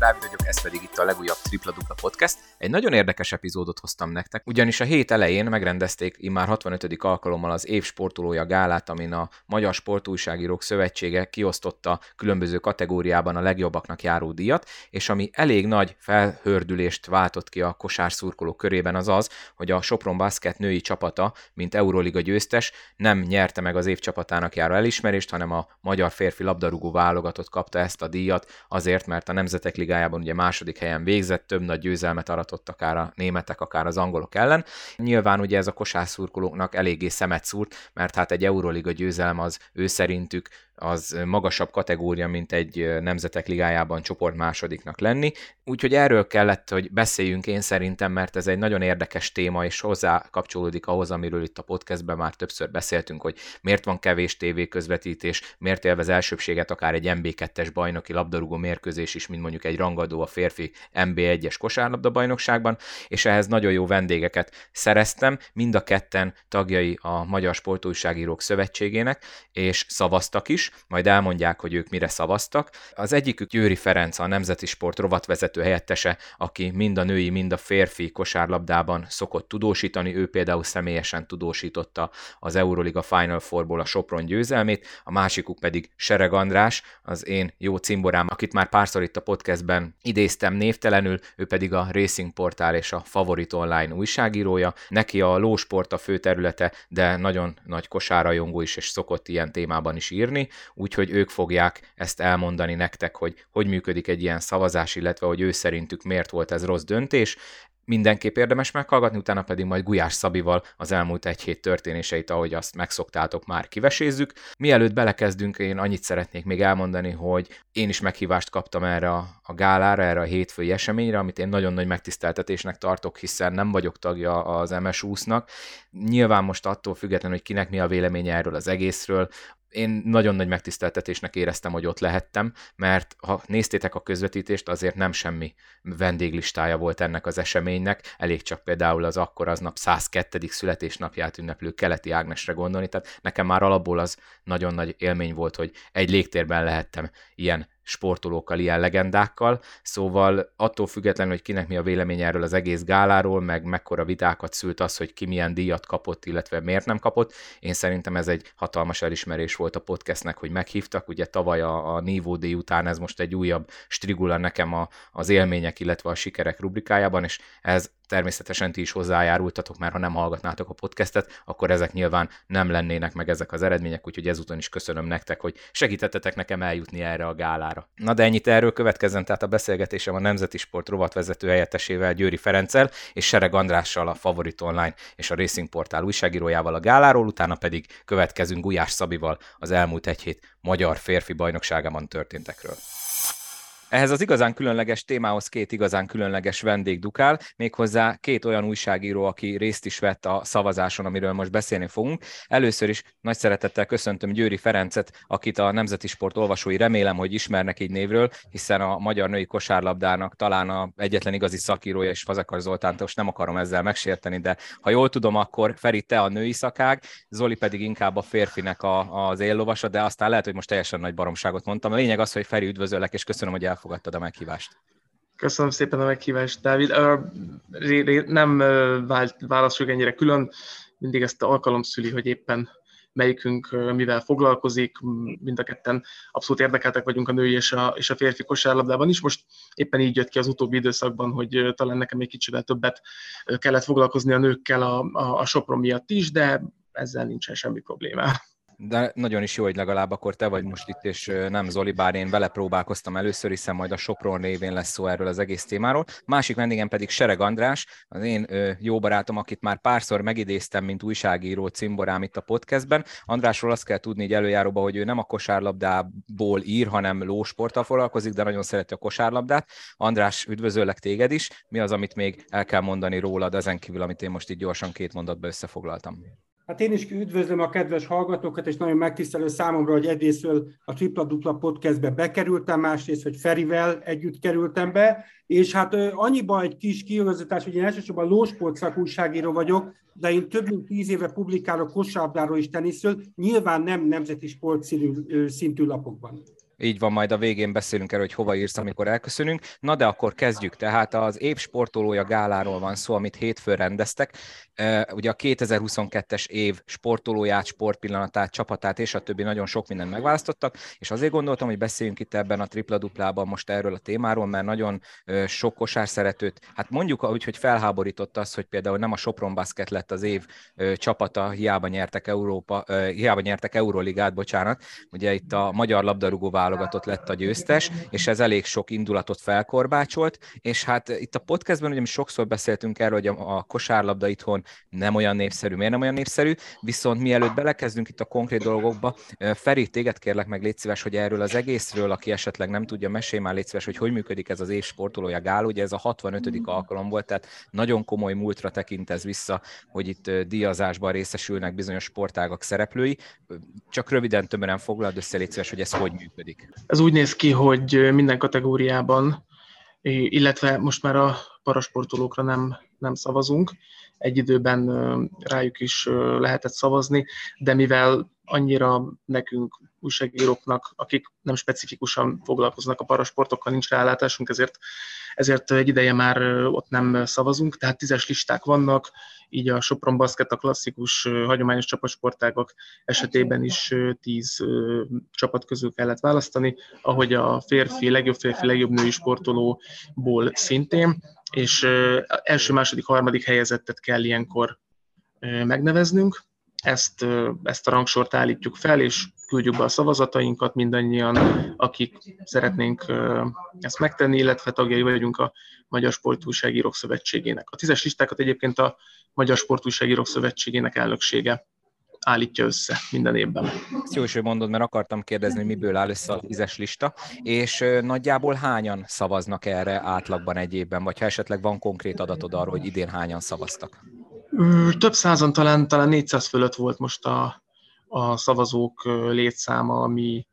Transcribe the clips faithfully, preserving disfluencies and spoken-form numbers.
Dávid vagyok, ez pedig itt a legújabb Tripla Dupla Podcast. Egy nagyon érdekes epizódot hoztam nektek, ugyanis a hét elején megrendezték immár hatvanötödik alkalommal az év sportolója gálát, amin a Magyar Sportújságírók Szövetsége kiosztotta különböző kategóriában a legjobbaknak járó díjat, és ami elég nagy felhördülést váltott ki a kosárszurkolók körében az az, hogy a Sopron Basket női csapata, mint Euroliga győztes, nem nyerte meg az év csapatának járó elismerést, hanem a magyar férfi labdarúgó válogatott kapta ezt a díjat, azért, mert a Nemzetek Ligájában ugye második helyen végzett, több nagy győzelmet aratott akár a németek, akár az angolok ellen. Nyilván ugye ez a kosárszurkolóknak eléggé szemet szúrt, mert hát egy Euroliga győzelem az ő szerintük az magasabb kategória, mint egy Nemzetek Ligájában csoport másodiknak lenni. Úgyhogy erről kellett, hogy beszéljünk én szerintem, mert ez egy nagyon érdekes téma, és hozzá kapcsolódik ahhoz, amiről itt a podcastben már többször beszéltünk, hogy miért van kevés tévéközvetítés, miért élvez elsőbséget akár egy en bé kettes bajnoki labdarúgó mérkőzés is, mint mondjuk egy rangadó a férfi en bé egyes kosárlabda bajnokságban, és ehhez nagyon jó vendégeket szereztem, mind a ketten tagjai a Magyar Sportújságírók Szövetségének, és szavaztak is, majd elmondják, hogy ők mire szavaztak. Az egyikük Győri Ferenc, a Nemzeti Sport rovatvezető helyettese, aki mind a női, mind a férfi kosárlabdában szokott tudósítani, ő például személyesen tudósította az Euroliga Final Fourból a Sopron győzelmét, a másikuk pedig Sereg András, az én jó cimborám, akit már párszor itt a podcastben idéztem névtelenül, ő pedig a Racing Portál és a Favorit Online újságírója. Neki a lósport a fő területe, de nagyon nagy kosárrajongó is, és szokott ilyen témában is írni, úgyhogy ők fogják ezt elmondani nektek, hogy hogy működik egy ilyen szavazás, illetve hogy ő szerintük miért volt ez rossz döntés. Mindenképp érdemes meghallgatni, utána pedig majd Gulyás Szabival az elmúlt egy hét történéseit, ahogy azt megszoktátok, már kivesézzük. Mielőtt belekezdünk, én annyit szeretnék még elmondani, hogy én is meghívást kaptam erre a, a gálára, erre a hétfői eseményre, amit én nagyon nagy megtiszteltetésnek tartok, hiszen nem vagyok tagja az em es húsznak. Nyilván most attól függetlenül, hogy kinek mi a véleménye erről az egészről, én nagyon nagy megtiszteltetésnek éreztem, hogy ott lehettem, mert ha néztétek a közvetítést, azért nem semmi vendéglistája volt ennek az eseménynek, elég csak például az akkor aznap százkettő születésnapját ünneplő Keleti Ágnesre gondolni, tehát nekem már alapból az nagyon nagy élmény volt, hogy egy légtérben lehettem ilyen sportolókkal, ilyen legendákkal, szóval attól függetlenül, hogy kinek mi a véleménye erről az egész gáláról, meg mekkora vitákat szült az, hogy ki milyen díjat kapott, illetve miért nem kapott, én szerintem ez egy hatalmas elismerés volt a podcastnek, hogy meghívtak, ugye tavaly a, a Nívó díj után ez most egy újabb strigula nekem a, az élmények, illetve a sikerek rubrikájában, és ez természetesen ti is hozzájárultatok, mert ha nem hallgatnátok a podcastet, akkor ezek nyilván nem lennének meg ezek az eredmények, úgyhogy ezúton is köszönöm nektek, hogy segítettetek nekem eljutni erre a gálára. Na de ennyit erről, következzen tehát a beszélgetésem a Nemzeti Sport rovatvezető helyettesével, Győri Ferenccel, és Sereg Andrással, a Favorit Online és a Racing Portál újságírójával a gáláról, utána pedig következünk Gulyás Szabival az elmúlt egy hét magyar férfi bajnokságában történtekről. Ehhez az igazán különleges témához két igazán különleges vendég dukál, méghozzá két olyan újságíró, aki részt is vett a szavazáson, amiről most beszélni fogunk. Először is nagy szeretettel köszöntöm Győri Ferencet, akit a Nemzeti Sport olvasói remélem, hogy ismernek így névről, hiszen a magyar női kosárlabdának talán a egyetlen igazi szakírója, és Fazekas Zoltánt most nem akarom ezzel megsérteni, de ha jól tudom, akkor Feri, te a női szakág, Zoli pedig inkább a férfinek a, az éllovasa, de aztán lehet, hogy most teljesen nagy baromságot mondtam. A lényeg az, hogy Feri, üdvözöllek, és köszönöm, hogy elfogadtad a meghívást. Köszönöm szépen a meghívást, Dávid. Nem válaszoljuk ennyire külön, mindig ezt alkalom szüli, hogy éppen melyikünk mivel foglalkozik, mind a ketten abszolút érdekeltek vagyunk a női és a, és a férfi kosárlabdában is. Most éppen így jött ki az utóbbi időszakban, hogy talán nekem egy kicsivel többet kellett foglalkozni a nőkkel a, a, a Sopron miatt is, de ezzel nincsen semmi probléma. De nagyon is jó, hogy legalább akkor te vagy most itt, és nem Zoli, bár én vele próbálkoztam először, hiszen majd a Sopron révén lesz szó erről az egész témáról. Másik vendégem pedig Sereg András, az én jó barátom, akit már párszor megidéztem, mint újságíró cimborám itt a podcastben. Andrásról azt kell tudni így előjáróba, hogy ő nem a kosárlabdából ír, hanem lósporttal foglalkozik, de nagyon szereti a kosárlabdát. András, üdvözöllek téged is. Mi az, amit még el kell mondani rólad, ezen kívül, amit én most így gyorsan két mondatba összefoglaltam? Hát én is üdvözlöm a kedves hallgatókat, és nagyon megtisztelő számomra, hogy egyrésztről a Tripla Dupla Podcastbe bekerültem, másrészt, hogy Ferivel együtt kerültem be, és hát annyiban egy kis kiigazítás, hogy én elsősorban lósport szakújságíró vagyok, de én több mint tíz éve publikálok kosárlabdáról és teniszről, nyilván nem nemzeti sport szintű lapokban. Így van, majd a végén beszélünk erről, hogy hova írsz, amikor elköszönünk. Na de akkor kezdjük. Tehát az év sportolója gáláról van szó, amit hétfőn rendeztek. Ugye a kétezer-huszonkettes év sportolóját, sportpillanatát, csapatát és a többi nagyon sok mindent megválasztottak, és azért gondoltam, hogy beszéljünk itt ebben a tripla-duplában most erről a témáról, mert nagyon sok kosárszeretőt, hát mondjuk úgy, hogy felháborított az, hogy például nem a Sopron Basket lett az év csapata, hiába nyertek Európa, hiába nyertek Euroligát, bocsánat. Ugye itt a magyar labdarúgó válogatott lett a győztes, és ez elég sok indulatot felkorbácsolt, és hát itt a podcastben ugye mi sokszor beszéltünk erről, hogy a, a kosárlabda itthon nem olyan népszerű, miért nem olyan népszerű, viszont mielőtt belekezdünk itt a konkrét dolgokba, Feri, téged kérlek meg, légy szíves, hogy erről az egészről, aki esetleg nem tudja, mesélj már, légy szíves, hogy hogy működik ez az év sportolója gál, ugye ez a hatvanötödik alkalom volt, tehát nagyon komoly múltra tekint ez vissza, hogy itt díjazásban részesülnek bizonyos sportágak szereplői. Csak röviden, többen foglald össze, légy szíves, hogy ez hogy működik. Ez úgy néz ki, hogy minden kategóriában, illetve most már a parasportolókra nem, nem szavazunk, egy időben rájuk is lehetett szavazni, de mivel annyira nekünk, újságíróknak, akik nem specifikusan foglalkoznak a parasportokkal, nincs rálátásunk, ezért, ezért egy ideje már ott nem szavazunk, tehát tízes listák vannak, így a Sopron Basket, a klasszikus, hagyományos csapatsportágak esetében is tíz csapat közül kellett választani, ahogy a férfi, legjobb férfi, legjobb női sportolóból szintén, és első, második, harmadik helyezettet kell ilyenkor megneveznünk. Ezt, ezt a rangsort állítjuk fel, és küldjük be a szavazatainkat mindannyian, akik szeretnénk ezt megtenni, illetve tagjai vagyunk a Magyar Sportújságírók Szövetségének. A tízes listákat egyébként a Magyar Sportújságírók Szövetségének elnöksége állítja össze minden évben. Ezt jó is, hogy mondod, mert akartam kérdezni, miből áll össze a tízes lista, és nagyjából hányan szavaznak erre átlagban egy évben, vagy ha esetleg van konkrét adatod arról, hogy idén hányan szavaztak? Több százan, talán, talán négyszáz fölött volt most a, a szavazók létszáma, ami,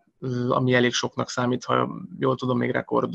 ami elég soknak számít, ha jól tudom, még rekord,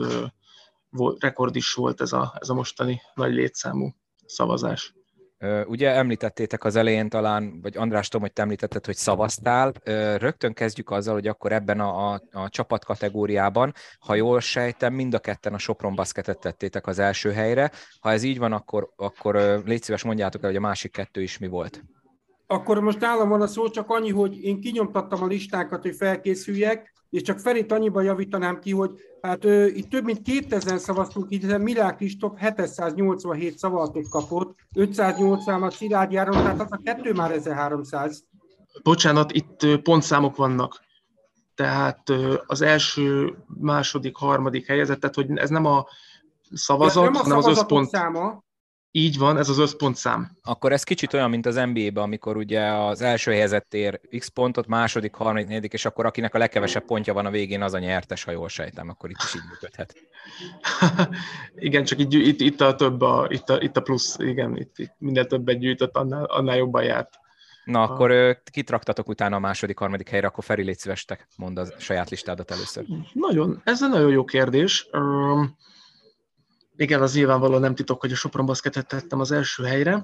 rekord is volt ez a, ez a mostani nagy létszámú szavazás. Ugye említettétek az elején talán, vagy András, tudom, hogy te említetted, hogy szavaztál. Rögtön kezdjük azzal, hogy akkor ebben a, a, a csapat kategóriában, ha jól sejtem, mind a ketten a Sopron Basketet tettétek az első helyre. Ha ez így van, akkor, akkor légy szíves, mondjátok el, hogy a másik kettő is mi volt. Akkor most nálam van a szó, csak annyi, hogy én kinyomtattam a listákat, hogy felkészüljek, és csak Ferit annyiban javítanám ki, hogy hát ö, itt több mint kétezren szavaztunk, hiszen Milák Kristóf hétszáznyolcvanhét szavazatot kapott, ötszáznyolcvan a Szilágyi Áron, tehát az a kettő már ezerháromszáz. Bocsánat, itt pontszámok vannak. Tehát az első, második, harmadik helyezett, tehát hogy ez nem a szavazat, nem a hanem az összpont. Száma. Így van, ez az összpontszám. Akkor ez kicsit olyan, mint az en bé á-ben, amikor ugye az első helyezett ér X pontot, második, harmadik, negyedik, és akkor akinek a legkevesebb pontja van a végén, az a nyertes, ha jól sejtem, akkor itt is így működhet. Igen, csak itt, itt, itt a több, a, itt, a, itt a plusz, igen, itt, itt minden többet gyűjtött, annál, annál jobban járt. Na, akkor a... kit raktatok utána a második, harmadik helyre, akkor Feri, légy szíves, mondd a saját listádat először. Nagyon, ez egy nagyon jó kérdés. Um, Igen, az nyilvánvalóan nem titok, hogy a Sopron Basketet tettem az első helyre.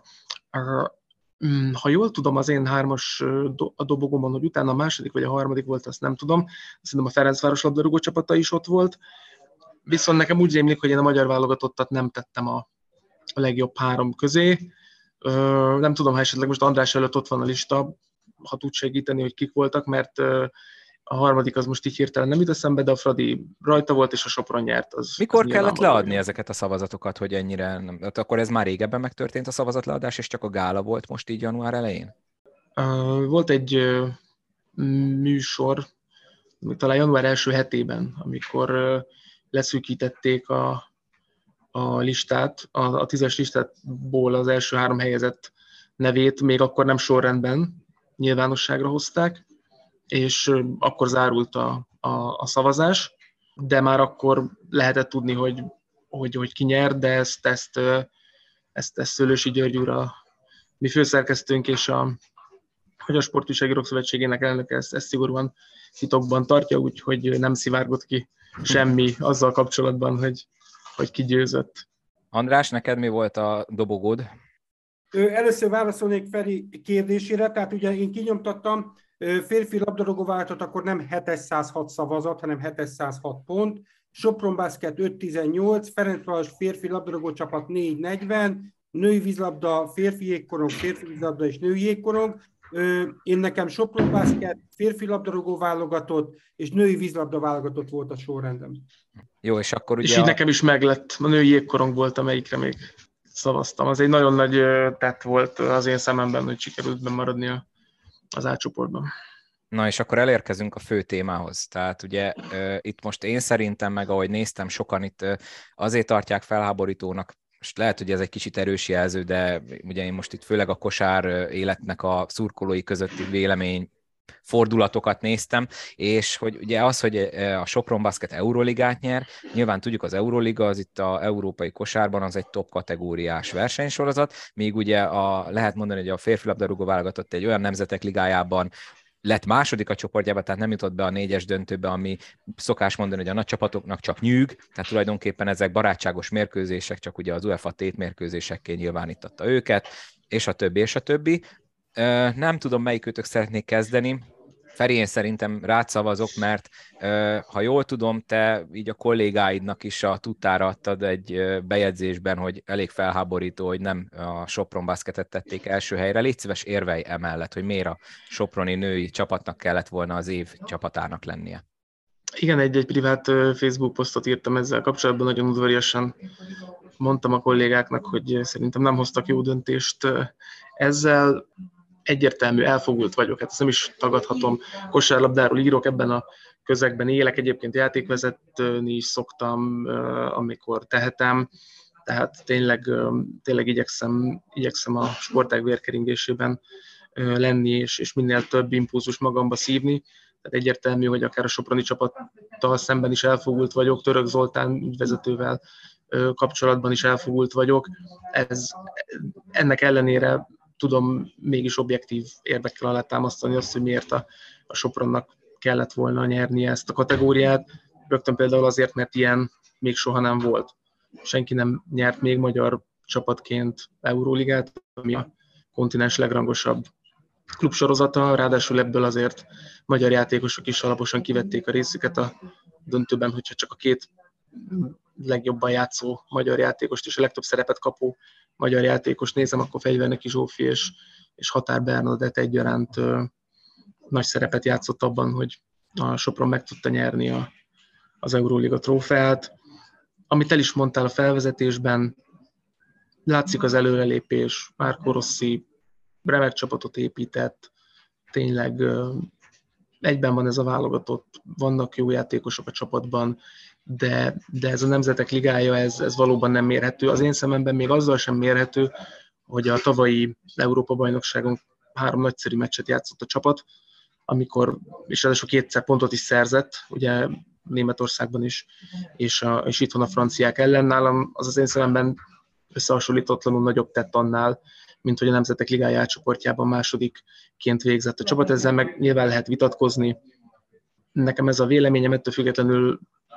Ha jól tudom, az én hármas a dobogomon, hogy utána a második vagy a harmadik volt, azt nem tudom. Szerintem a Ferencváros labdarúgó csapata is ott volt. Viszont nekem úgy rémlik, hogy én a magyar válogatottat nem tettem a, a legjobb három közé. Nem tudom, ha esetleg most András előtt ott van a lista, ha tud segíteni, hogy kik voltak, mert a harmadik az most így hirtelen nem jut eszembe, de a Fradi rajta volt, és a Sopron nyert. Az, Mikor az kellett leadni ezeket a szavazatokat, hogy ennyire nem... Akkor ez már régebben megtörtént a szavazatleadás, és csak a gála volt most így január elején? Uh, volt egy uh, műsor, talán január első hetében, amikor uh, leszűkítették a, a listát, a, a tízes listából az első három helyezett nevét, még akkor nem sorrendben nyilvánosságra hozták, és akkor zárult a, a, a szavazás, de már akkor lehetett tudni, hogy, hogy, hogy ki nyer, de ezt, ezt, ezt, ezt Szőlősi György úr, a mi főszerkesztőnk és a Magyar Sportújságírók Szövetségének elnöke ezt, ezt szigorúan titokban tartja, úgyhogy nem szivárgott ki semmi azzal kapcsolatban, hogy, hogy ki győzött. András, neked mi volt a dobogód? Először válaszolnék Feri kérdésére, tehát ugye én kinyomtattam, férfi labdarúgó válogatott, akkor nem hétszázhat szavazat, hanem hétszázhat pont. Sopron Basket öt tizennyolc, Ferencváros férfi labdarúgó csapat négy negyven, női vízlabda, férfi jégkorong, férfi vízlabda és női jégkorong. Én nekem Sopron Basket, férfi labdarúgó válogatott és női vízlabda válogatott volt a sorrendem. Jó, és akkor ugye... És így a... nekem is meglett, a női jégkorong volt, amelyikre még szavaztam. Az egy nagyon nagy tett volt az én szememben, hogy sikerült bemaradni az A csoportban. Na és akkor elérkezünk a fő témához. Tehát ugye uh, itt most én szerintem, meg ahogy néztem, sokan itt uh, azért tartják felháborítónak, most lehet, hogy ez egy kicsit erős jelző, de ugye én most itt főleg a kosár életnek a szurkolói közötti vélemény fordulatokat néztem, és hogy ugye az, hogy a Sopron Basket Euroligát nyer, nyilván tudjuk, az Euroliga az itt az európai kosárban az egy top kategóriás versenysorozat, míg ugye a, lehet mondani, hogy a férfi labdarúgó válogatott egy olyan nemzetek ligájában lett második a csoportjában, tehát nem jutott be a négyes döntőbe, ami szokás mondani, hogy a nagy csapatoknak csak nyűg, tehát tulajdonképpen ezek barátságos mérkőzések, csak ugye az UEFA tétmérkőzésekként nyilvánította őket, és a többi, és a többi. Nem tudom, melyikőtök szeretnék kezdeni. Feri, én szerintem rád szavazok, mert ha jól tudom, te így a kollégáidnak is a tudtára adtad egy bejegyzésben, hogy elég felháborító, hogy nem a Sopron Basketet tették első helyre. Légy szíves, érvelj emellett, hogy miért a soproni női csapatnak kellett volna az év csapatának lennie. Igen, egy-egy privát Facebook posztot írtam ezzel kapcsolatban, nagyon udvariasan mondtam a kollégáknak, hogy szerintem nem hoztak jó döntést ezzel. Egyértelmű, elfogult vagyok, hát ezt nem is tagadhatom. Kosárlabdáról írok, ebben a közegben élek, egyébként játékvezetni is szoktam, amikor tehetem, tehát tényleg, tényleg igyekszem, igyekszem a sportág vérkeringésében lenni, és, és minél több impulzus magamba szívni. Tehát egyértelmű, hogy akár a soproni csapattal szemben is elfogult vagyok, Török Zoltán ügyvezetővel kapcsolatban is elfogult vagyok. Ez, ennek ellenére tudom mégis objektív érvekkel alátámasztani azt, hogy miért a, a Sopronnak kellett volna nyernie ezt a kategóriát. Rögtön például azért, mert ilyen még soha nem volt. Senki nem nyert még magyar csapatként Euróligát, ami a kontinens legrangosabb klubsorozata, ráadásul ebből azért magyar játékosok is alaposan kivették a részüket a döntőben, hogyha csak a két legjobban játszó magyar játékost és a legtöbb szerepet kapó magyar játékos nézem, akkor Fegyverneki Zsófi és, és Határ Bernadett egyaránt ö, nagy szerepet játszott abban, hogy a Sopron meg tudta nyerni a, az Euróliga trófeát. Amit el is mondtál a felvezetésben, látszik az előrelépés, Márko Rossi remek csapatot épített, tényleg ö, egyben van ez a válogatott, vannak jó játékosok a csapatban, de, de ez a Nemzetek Ligája, ez, ez valóban nem mérhető. Az én szememben még azzal sem mérhető, hogy a tavalyi Európa-bajnokságon három nagyszerű meccset játszott a csapat, amikor, és ráadásul kétszer pontot is szerzett, ugye Németországban is, és, a, és itt van a franciák ellen. Nálam az az én szememben összehasonlítatlanul nagyobb tett annál, mint hogy a Nemzetek Ligája átcsoportjában másodikként végzett a csapat. Ezzel meg nyilván lehet vitatkozni. Nekem ez a véleményem, ettől függetlenül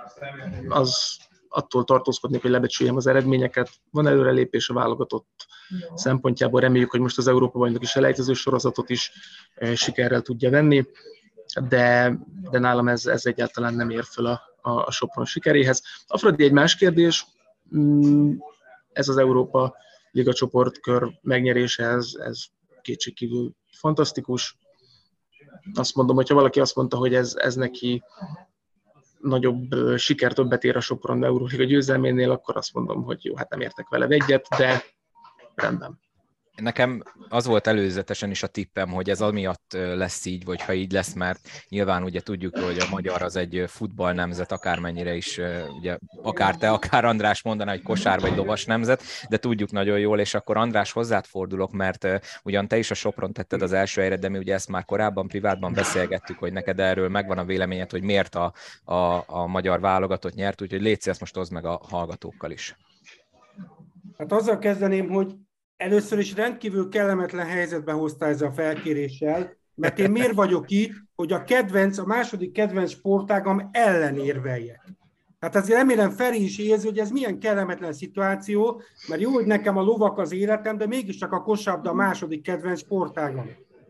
az attól tartózkodnék, hogy lebecsüljem az eredményeket. Van előrelépés a válogatott szempontjából, reméljük, hogy most az Európa-bajnoki selejtező sorozatot is sikerrel tudja venni, de, de nálam ez, ez egyáltalán nem ér föl a, a, a Sopron sikeréhez. A Fradi egy más kérdés, ez az Európa Liga csoportkör megnyerése, ez, ez kétségkívül fantasztikus. Azt mondom, hogyha valaki azt mondta, hogy ez, ez neki nagyobb siker, többet ér a Sopron Euróliga győzelménél, akkor azt mondom, hogy jó, hát nem értek vele egyet, de rendben. Nekem az volt előzetesen is a tippem, hogy ez amiatt lesz így, vagy ha így lesz, mert nyilván ugye tudjuk, hogy a magyar az egy futball nemzet, akármennyire is, ugye akár te, akár András mondaná, hogy kosár vagy lovas nemzet, de tudjuk nagyon jól, és akkor András hozzád fordulok, mert ugyan te is a Sopron tetted az első helyre, de mi ugye ezt már korábban privátban beszélgettük, hogy neked erről megvan a véleményed, hogy miért a, a, a magyar válogatott nyert, úgyhogy légy szíves, ezt most hozd meg a hallgatókkal is. Hát azzal kezdeném, hogy először is rendkívül kellemetlen helyzetbe hozta ezzel a felkéréssel, mert én miért vagyok itt, hogy a kedvenc, a második kedvenc sportágam ellen érveljek. Tehát azért remélem Feri is érzi, hogy ez milyen kellemetlen szituáció, mert jó, hogy nekem a lovak az életem, de mégiscsak a kosárlabda a második kedvenc sportágam.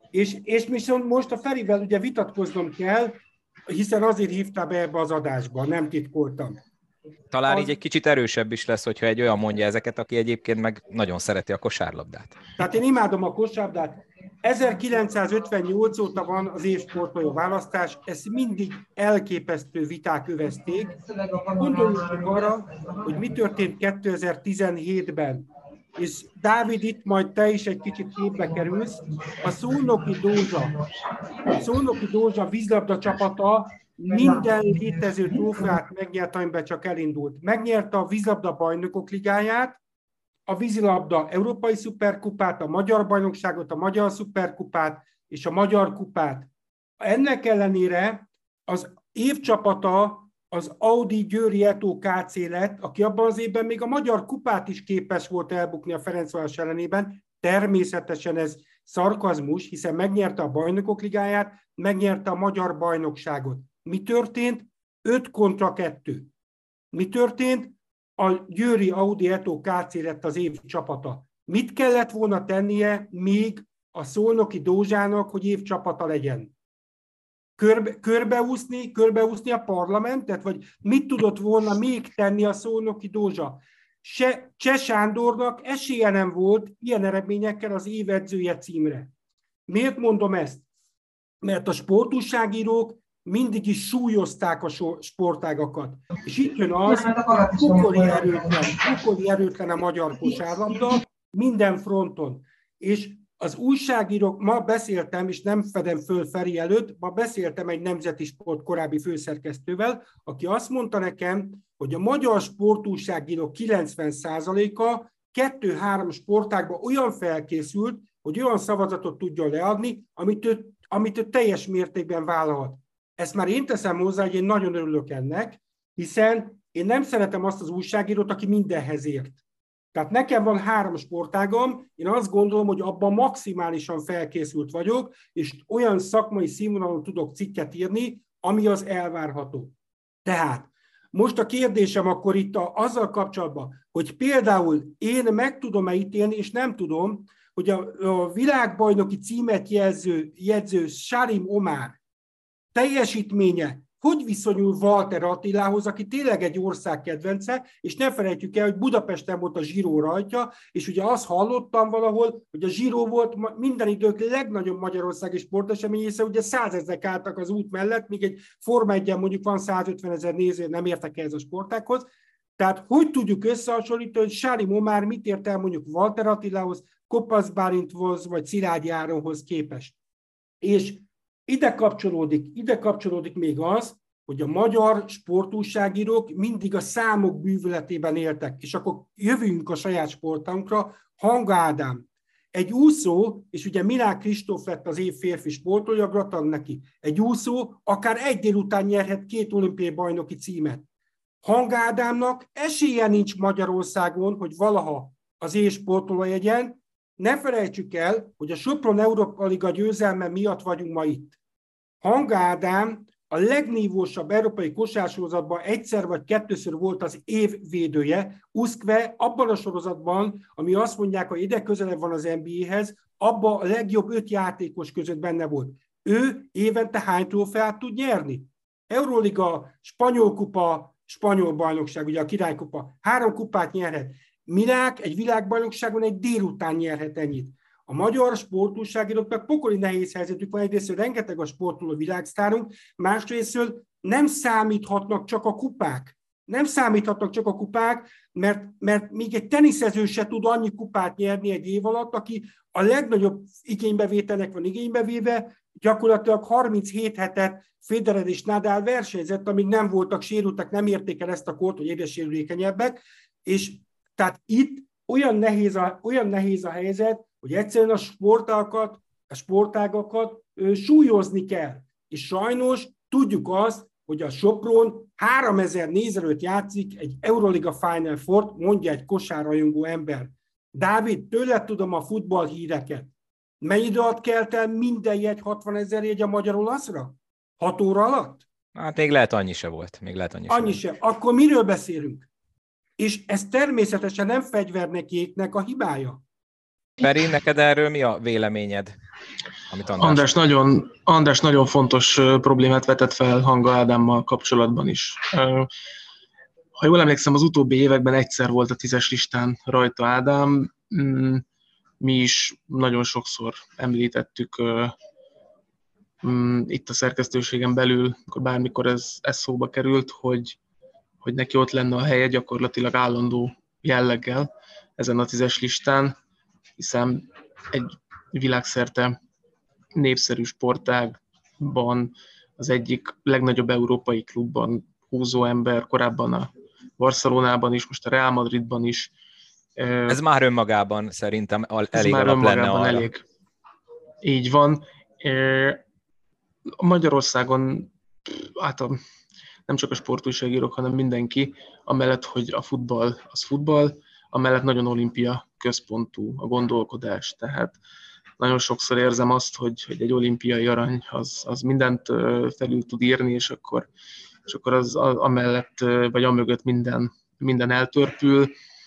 És, és most a Ferivel ugye vitatkoznom kell, hiszen azért hívtál be ebbe az adásba, nem titkoltam. Talán Az... így egy kicsit erősebb is lesz, hogyha egy olyan mondja ezeket, aki egyébként meg nagyon szereti a kosárlabdát. Tehát én imádom a kosárlabdát. ezerkilencszázötvennyolc óta van az évsportoló választás, ezt mindig elképesztő viták övezték. Gondoljunk meg arra, hogy mi történt kétezer-tizenhétben. És Dávid, itt majd te is egy kicsit képbe kerülsz. A Szolnoki Dózsa, a Szolnoki Dózsa vízlabda csapata minden létező trófeát megnyert, amiben csak elindult. Megnyerte a vízlabda bajnokok ligáját, a vízilabda európai szuperkupát, a magyar bajnokságot, a magyar szuperkupát és a magyar kupát. Ennek ellenére az évcsapata az Audi Győri Eto ká cé lett, aki abban az évben még a magyar kupát is képes volt elbukni a Ferencváros ellenében. Természetesen ez szarkazmus, hiszen megnyerte a bajnokok ligáját, megnyerte a magyar bajnokságot. Mi történt? öt kontra kettő. Mi történt? A Győri Audi Eto ká cé lett az év csapata. Mit kellett volna tennie még a Szolnoki Dózsának, hogy év csapata legyen? Körbe, körbeúszni, körbeúszni a parlamentet? Vagy mit tudott volna még tenni a Szolnoki Dózsa? Se, Cseh Sándornak esélye nem volt ilyen eredményekkel az év edzője címre. Miért mondom ezt? Mert a sportújságírók mindig is súlyozták a sportágakat. És itt jön az, hogy pokoli erőtlen, pokoli erőtlen a magyar kosárlabda minden fronton. És az újságírók, ma beszéltem, és nem fedem föl Feri előtt, ma beszéltem egy Nemzeti Sport korábbi főszerkesztővel, aki azt mondta nekem, hogy a magyar sportújságírók kilencven százaléka kettő-három sportágban olyan felkészült, hogy olyan szavazatot tudjon leadni, amit ő, amit ő teljes mértékben vállalhat. Ezt már én teszem hozzá, hogy én nagyon örülök ennek, hiszen én nem szeretem azt az újságírót, aki mindenhez ért. Tehát nekem van három sportágam, én azt gondolom, hogy abban maximálisan felkészült vagyok, és olyan szakmai színvonalon tudok cikket írni, ami az elvárható. Tehát most a kérdésem akkor itt a, azzal kapcsolatban, hogy például én meg tudom-e ítélni, és nem tudom, hogy a, a világbajnoki címet jegyző, jegyző Salim Omar teljesítménye hogy viszonyul Walter Attilához, aki tényleg egy ország kedvence, és ne felejtjük el, hogy Budapesten volt a Giro rajtja, és ugye azt hallottam valahol, hogy a Giro volt minden idők legnagyobb magyarországi sportesemény, hiszen ugye százezrek álltak az út mellett, míg egy Forma egyen mondjuk van százötven ezer néző, nem értek ehhez a sportákhoz. Tehát hogy tudjuk összehasonlítani, hogy Salim Omar mit ért el mondjuk Walter Attilához, Kopasz Bálinthoz, vagy Szilágyi Áronhoz képest. És Ide kapcsolódik, ide kapcsolódik még az, hogy a magyar sportújságírók mindig a számok bűvöletében éltek. És akkor jövünk a saját sportánkra. Hanga Ádám, egy úszó, és ugye Milák Kristóf lett az év férfi sportolója, gratulálok neki. Egy úszó akár egy délután nyerhet két olimpiai bajnoki címet. Hanga Ádámnak esélye nincs Magyarországon, hogy valaha az év sportoló legyen. Ne felejtsük el, hogy a Sopron Európa Liga győzelme miatt vagyunk ma itt. Hanga Ádám a legnívósabb európai kosársorozatban egyszer vagy kettőször volt az év védője. Uszkve abban a sorozatban, ami azt mondják, hogy ide közelebb van az en bé á-hez, abban a legjobb öt játékos között benne volt. Ő évente hány trófeát tud nyerni? Euroliga, spanyol kupa, spanyol bajnokság, ugye a királykupa. Három kupát nyerhet. Milák egy világbajnokságon egy délután nyerhet ennyit. A magyar sportújságíróknak pokoli nehéz helyzetük van, egyrészt rengeteg a sportoló világsztárunk, másrészt nem számíthatnak csak a kupák. Nem számíthatnak csak a kupák, mert, mert még egy teniszező se tud annyi kupát nyerni egy év alatt, aki a legnagyobb igénybevételnek van igénybevéve, gyakorlatilag harminchét hetet Federer és Nadal versenyzett, amíg nem voltak sérültek, nem érték el ezt a kort, hogy egyre sérülékenyebbek, és tehát itt olyan nehéz a, olyan nehéz a helyzet, hogy egyszerűen a sportágakat, a sportágakat ö, súlyozni kell. És sajnos tudjuk azt, hogy a Sopron háromezer nézelőt játszik egy Euroliga Final Four, mondja egy kosárrajongó ember. Dávid, tőled tudom a futball híreket. Mennyi idő alatt kelt el minden jegy hatvanezer jegy a magyar-olaszra? Hat óra alatt? Hát még lehet annyi se volt. Még lehet annyi, annyi se. se. Akkor miről beszélünk? És ez természetesen nem fegyvernekéknek a hibája. Feri, neked erről mi a véleményed? Amit András... András, nagyon, András nagyon fontos problémát vetett fel Hanga Ádámmal kapcsolatban is. Ha jól emlékszem, az utóbbi években egyszer volt a tízes listán rajta Ádám. Mi is nagyon sokszor említettük itt a szerkesztőségen belül, akkor bármikor ez, ez szóba került, hogy, hogy neki ott lenne a helye gyakorlatilag állandó jelleggel ezen a tízes listán, hiszen egy világszerte népszerű sportágban, az egyik legnagyobb európai klubban húzó ember, korábban a Barcelonában is, most a Real Madridban is. Ez már önmagában szerintem elég Ez már alap lenne önmagában arra. elég. Így van. Magyarországon hát a, nem csak a sportújságírók, hanem mindenki, amellett, hogy a futball az futball, amellett nagyon olimpia központú a gondolkodás. Tehát nagyon sokszor érzem azt, hogy, hogy egy olimpiai arany az, az mindent felül tud írni, és akkor, és akkor az amellett, vagy amögött minden, minden eltörpül.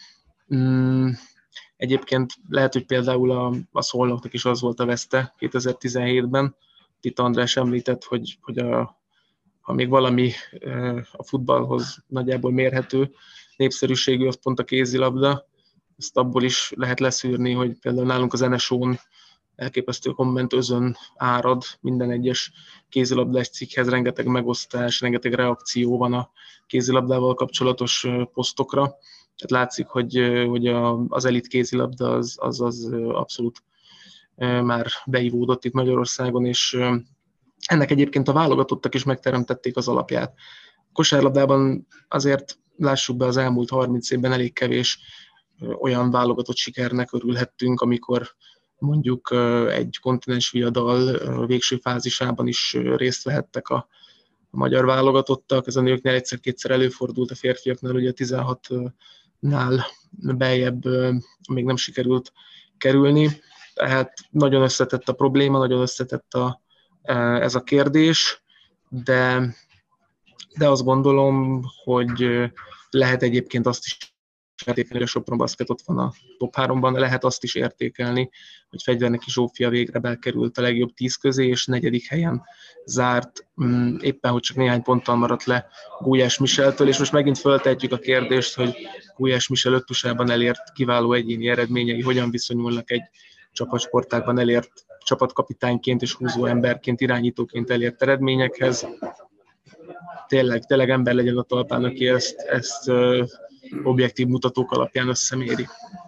Egyébként lehet, hogy például a, a Szolnoknak is az volt a veszte kétezer-tizenhétben. Itt András említett, hogy, hogy a, ha még valami a futballhoz nagyjából mérhető népszerűségű, az pont a kézilabda. Ezt abból is lehet leszűrni, hogy például nálunk az en es o-n elképesztő kommentözön árad minden egyes kézilabdás cikkhez, rengeteg megosztás, rengeteg reakció van a kézilabdával kapcsolatos posztokra. Tehát látszik, hogy, hogy az elit kézilabda az, az, az abszolút már beivódott itt Magyarországon, és ennek egyébként a válogatottak is megteremtették az alapját. Kosárlabdában azért lássuk be, az elmúlt harminc évben elég kevés olyan válogatott sikernek örülhettünk, amikor mondjuk egy kontinens viadal végső fázisában is részt vehettek a, a magyar válogatottak. Ez a nőknél egyszer-kétszer előfordult, a férfiaknál ugye tizenhatnál beljebb még nem sikerült kerülni. Tehát nagyon összetett a probléma, nagyon összetett a, ez a kérdés, de, de azt gondolom, hogy lehet egyébként azt is értékelni, hogy a Sopron Basket ott van a top háromban, lehet azt is értékelni, hogy Fegyverneki Zsófia végre bekerült a legjobb tíz közé, és negyedik helyen zárt, éppen hogy csak néhány ponttal maradt le Gulyás Micheltől, és most megint föltehetjük a kérdést, hogy Gulyás Michel öttusában elért kiváló egyéni eredményei hogyan viszonyulnak egy csapatsportákban elért csapatkapitányként és húzó emberként, irányítóként elért eredményekhez. Tényleg, tényleg ember legyen a talpán, aki ezt, ezt ö, objektív mutatók alapján összeméri.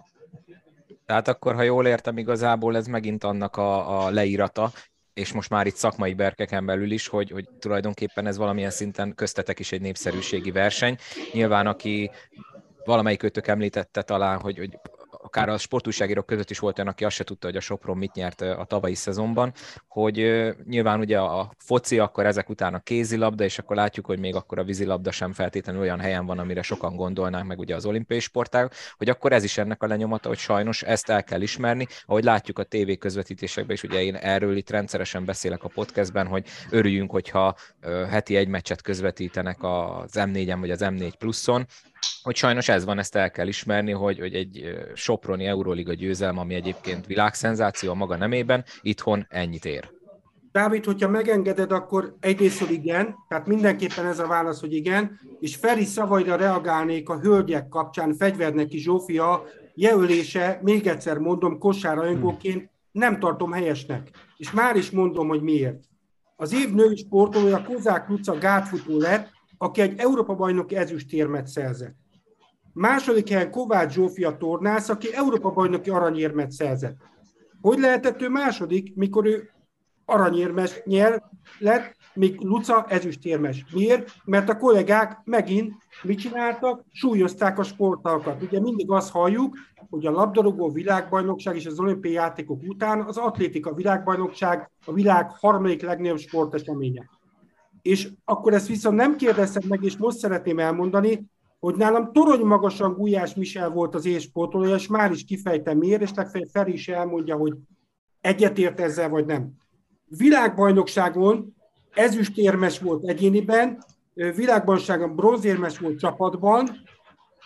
Tehát akkor, ha jól értem, igazából ez megint annak a, a leírata, és most már itt szakmai berkeken belül is, hogy, hogy tulajdonképpen ez valamilyen szinten köztetek is egy népszerűségi verseny. Nyilván, aki valamelyik őtök említette talán, hogy, hogy akár a sportújságírók között is volt olyan, aki azt se tudta, hogy a Sopron mit nyert a tavalyi szezonban, hogy nyilván ugye a foci, akkor ezek után a kézilabda, és akkor látjuk, hogy még akkor a vízilabda sem feltétlenül olyan helyen van, amire sokan gondolnák, meg ugye az olimpiai sportág, hogy akkor ez is ennek a lenyomata, hogy sajnos ezt el kell ismerni, ahogy látjuk a tévé közvetítésekben is, ugye én erről itt rendszeresen beszélek a podcastben, hogy örüljünk, hogyha heti egy meccset közvetítenek az em négyen vagy az em négy pluszon, hogy sajnos ez van, ezt el kell ismerni, hogy, hogy egy soproni Euróliga győzelem, ami egyébként világszenzáció a maga nemében, itthon ennyit ér. Dávid, hogyha megengeded, akkor egyrészt igen, tehát mindenképpen ez a válasz, hogy igen, és Feri szavaira reagálnék a hölgyek kapcsán, Fegyverneki Zsófia jelölése, még egyszer mondom, kosárrajongóként nem tartom helyesnek. És már is mondom, hogy miért. Az év női sportolója Kozák Luca gátfutó lett, aki egy Európa-bajnoki ezüstérmet szerzett. Második helyen Kovács Zsófia tornász, aki Európa-bajnoki aranyérmet szerzett. Hogy lehetett ő második, mikor ő aranyérmes nyer lett, míg Luca ezüstérmes? Miért? Mert a kollégák megint mit csináltak? Súlyozták a sportalkat. Ugye mindig azt halljuk, hogy a labdarúgó világbajnokság és az olimpiai játékok után az atlétika világbajnokság a világ harmadik legnagyobb sporteseménye. És akkor ezt viszont nem kérdeztem meg, és most szeretném elmondani, hogy nálam torony magasan Gulyás Michel volt az évsportolója, és már is kifejtem miért, és legfeljebb Feri is elmondja, hogy egyetért ezzel, vagy nem. Világbajnokságon ezüstérmes volt egyéniben, világbajnokságon bronzérmes volt csapatban,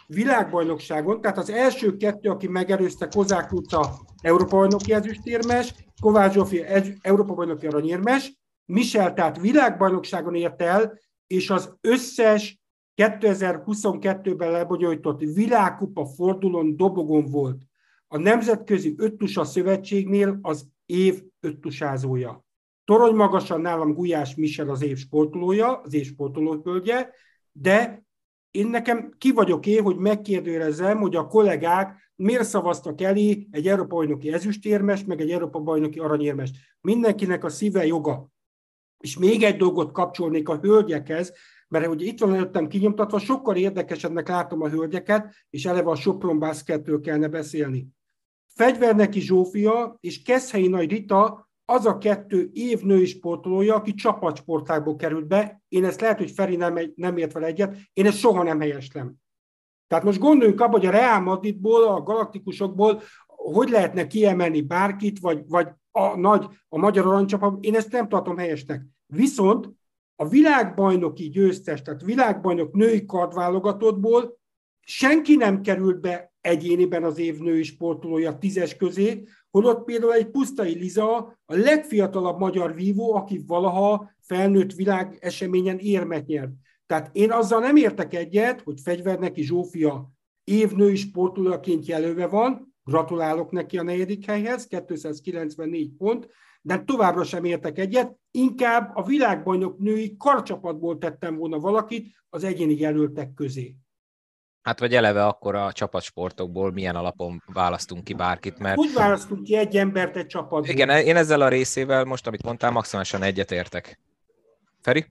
világbajnokságon, tehát az első kettő, aki megerőzte, Kozák Luca Európa-bajnoki ezüstérmes, Kovács Zsófi Európa-bajnoki aranyérmes, Michel tehát világbajnokságon ért el, és az összes kétezer-huszonkettőben lebonyolított világkupa fordulón dobogon volt. A Nemzetközi Öttusa Szövetségnél az év öttusázója. Torony magasan nálam Gulyás Michel az év sportolója, az év sportolóhölgye, de én nekem ki vagyok én, hogy megkérdőjelezem, hogy a kollégák miért szavaztak elé egy Európa-bajnoki ezüstérmes, meg egy Európa-bajnoki aranyérmes. Mindenkinek a szíve joga. És még egy dolgot kapcsolnék a hölgyekhez, mert hogy itt van előttem kinyomtatva, sokkal érdekesebbnek látom a hölgyeket, és eleve a Sopron Basketről kellene beszélni. Fegyverneki Zsófia és Keszhelyi Nagy Rita az a kettő év női sportolója, aki csapatsportákból került be. Én ezt lehet, hogy Feri nem, nem ért vele egyet, én ezt soha nem helyeslem. Tehát most gondoljunk abba, hogy a Real Madridból, a galaktikusokból hogy lehetne kiemelni bárkit, vagy, vagy a nagy, a magyar aranycsapat, én ezt nem tartom helyesnek. Viszont a világbajnoki győztes, tehát világbajnok női kardválogatottból senki nem került be egyéniben az év női sportolója tízes közé, holott például egy Pusztai Liza a legfiatalabb magyar vívó, aki valaha felnőtt világeseményen érmet nyert. Tehát én azzal nem értek egyet, hogy Fegyverneki Zsófia évnői sportolójaként jelölve van, gratulálok neki a negyedik helyhez, kétszázkilencvennégy pont, de továbbra sem értek egyet, inkább a világbajnok női karcsapatból tettem volna valakit az egyéni jelöltek közé. Hát vagy eleve akkor a csapatsportokból milyen alapon választunk ki bárkit, mert... Úgy választunk ki egy embert egy csapatból. Igen, én ezzel a részével most, amit mondtál, maximálisan egyetértek. Feri?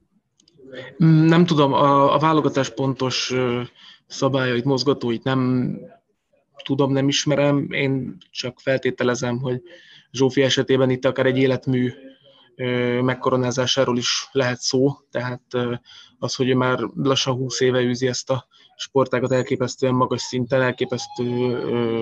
Nem tudom, a, a válogatás pontos szabályait, mozgatóit nem tudom, nem ismerem. Én csak feltételezem, hogy Zsófi esetében itt akár egy életmű megkoronázásáról is lehet szó, tehát az, hogy ő már lassan húsz éve űzi ezt a sportágat elképesztően magas szinten, elképesztő